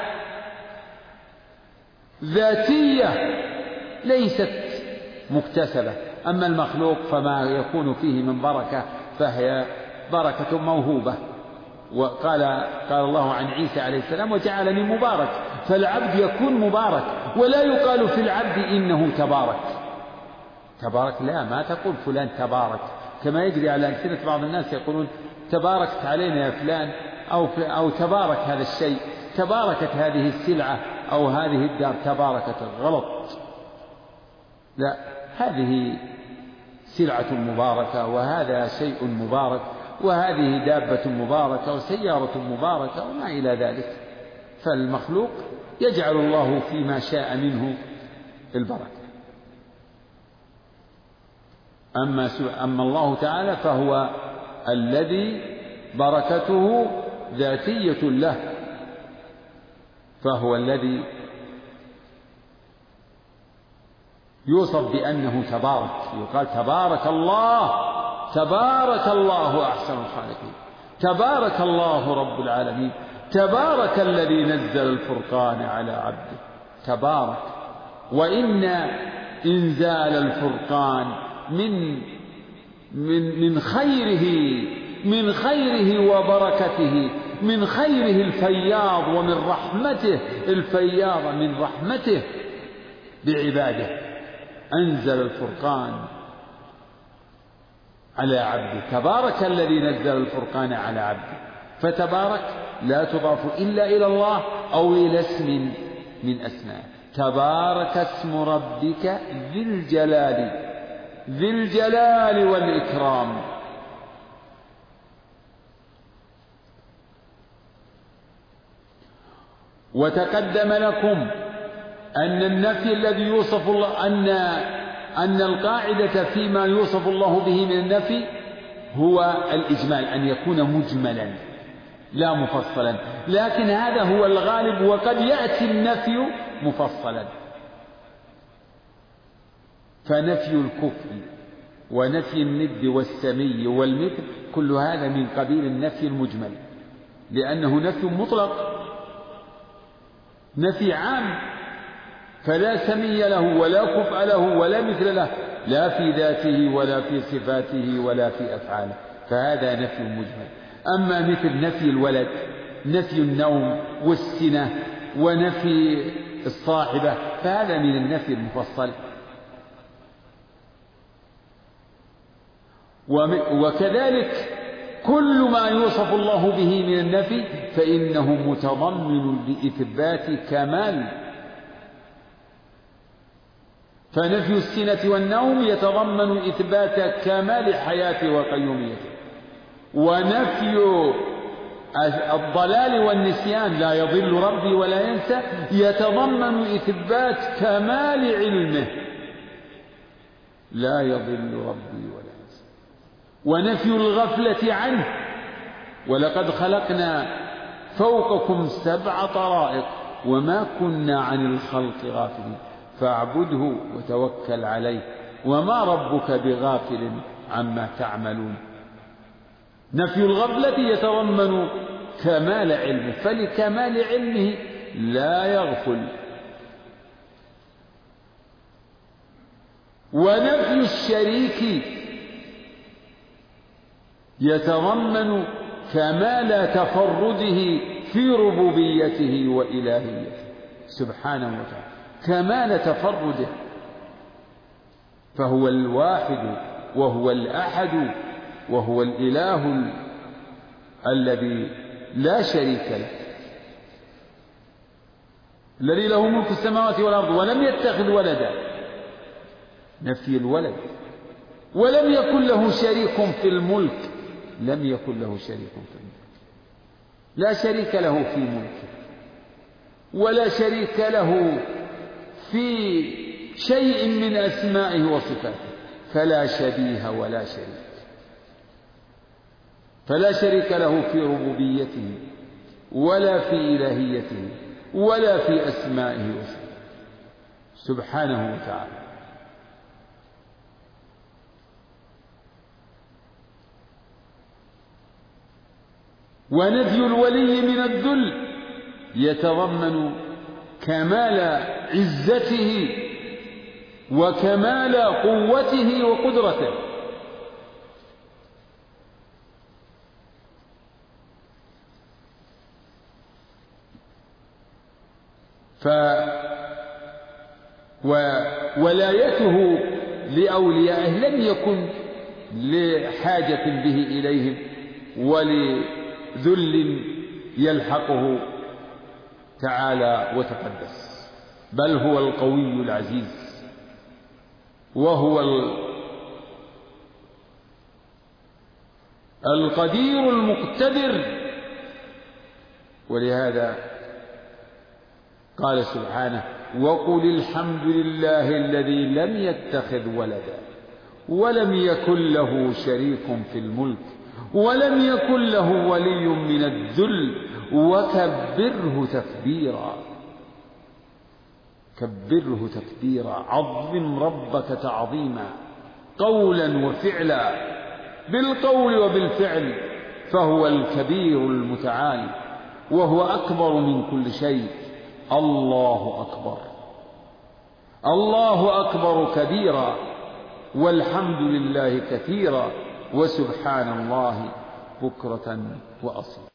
ذاتية ليست مكتسبة. أما المخلوق فما يكون فيه من بركة فهي بركة موهوبة. وقال الله عن عيسى عليه السلام وجعلني مبارك، فالعبد يكون مبارك، ولا يقال في العبد إنه تبارك. تبارك لا، ما تقول فلان تبارك، كما يجري على ألسنة بعض الناس يقولون تباركت علينا يا فلان، أو تبارك هذا الشيء، تباركت هذه السلعة أو هذه الدار تباركت. غلط. لا، هذه سلعة مباركة، وهذا شيء مبارك، وهذه دابة مباركة وسيارة مباركة وما إلى ذلك. فالمخلوق يجعل الله فيما شاء منه البركة. أما الله تعالى فهو الذي بركته ذاتية له، فهو الذي يوصف بأنه تبارك. يقال تبارك الله تبارك الله أحسن الخالقين، تبارك الله رب العالمين، تبارك الذي نزل الفرقان على عبده. تبارك. وإن إنزال الفرقان من خيره وبركته، من خيره الفياض، ومن رحمته الفياضة، من رحمته بعباده أنزل الفرقان على عبده. تبارك الذي نزل الفرقان على عبده. فتبارك لا تضاف إلا إلى الله أو إلى اسم من أسمائه. تبارك اسم ربك ذي الجلال والإكرام. وتقدم لكم أن النفي الذي يوصف الله، أن القاعدة فيما يوصف الله به من النفي هو الإجمال، أن يكون مجملا لا مفصلا، لكن هذا هو الغالب، وقد يأتي النفي مفصلا. فنفي الكفر ونفي الند والسمي والمثل كل هذا من قبيل النفي المجمل، لأنه نفي مطلق، نفي عام، فلا سمي له ولا كفء له ولا مثل له، لا في ذاته ولا في صفاته ولا في أفعاله، فهذا نفي مجمل. أما مثل نفي الولد، نفي النوم والسنة ونفي الصاحبة، فهذا من النفي المفصل. وكذلك كل ما يوصف الله به من النفي فإنه متضمن لإثبات كمال. فنفي السنة والنوم يتضمن إثبات كمال حياته وقيوميته، ونفي الضلال والنسيان لا يضل ربي ولا ينسى يتضمن إثبات كمال علمه، لا يضل ربي ولا ينسى. ونفي الغفلة عنه، ولقد خلقنا فوقكم 7 طرائق وما كنا عن الخلق غافلين فاعبده وتوكل عليه وما ربك بغافل عما تعملون. نفي الغفلة يتضمن كمال علمه، فلكمال علمه لا يغفل. ونفي الشريك يتضمن كمال تفرده في ربوبيته وإلهيته سبحانه وتعالى، كمال تفرده، فهو الواحد وهو الأحد وهو الإله الذي لا شريك له، الذي له ملك السماوات والأرض ولم يتخذ ولدا، نفي الولد. ولم يكن له شريك في الملك، لم يكن له شريك في الملك، لا شريك له في ملكه ولا شريك له في شيء من أسمائه وصفاته، فلا شبيه ولا شريك، فلا شريك له في ربوبيته ولا في إلهيته ولا في أسمائه وصفاته سبحانه وتعالى. ونفي الولي من الذل يتضمن كمال عزته وكمال قوته وقدرته، وولايته لأوليائه لم يكن لحاجة به إليهم ولذل يلحقه تعالى وتقدس، بل هو القوي العزيز وهو القدير المقتدر. ولهذا قال سبحانه: وقل الحمد لله الذي لم يتخذ ولدا ولم يكن له شريك في الملك ولم يكن له ولي من الذل وكبره تكبيرا. كبره تكبيرا، عظم ربك تعظيما قولا وفعلا. بالقول وبالفعل، فهو الكبير المتعال، وهو أكبر من كل شيء. الله أكبر، الله أكبر كبيرا، والحمد لله كثيرا، وسبحان الله بكرة وأصيلا.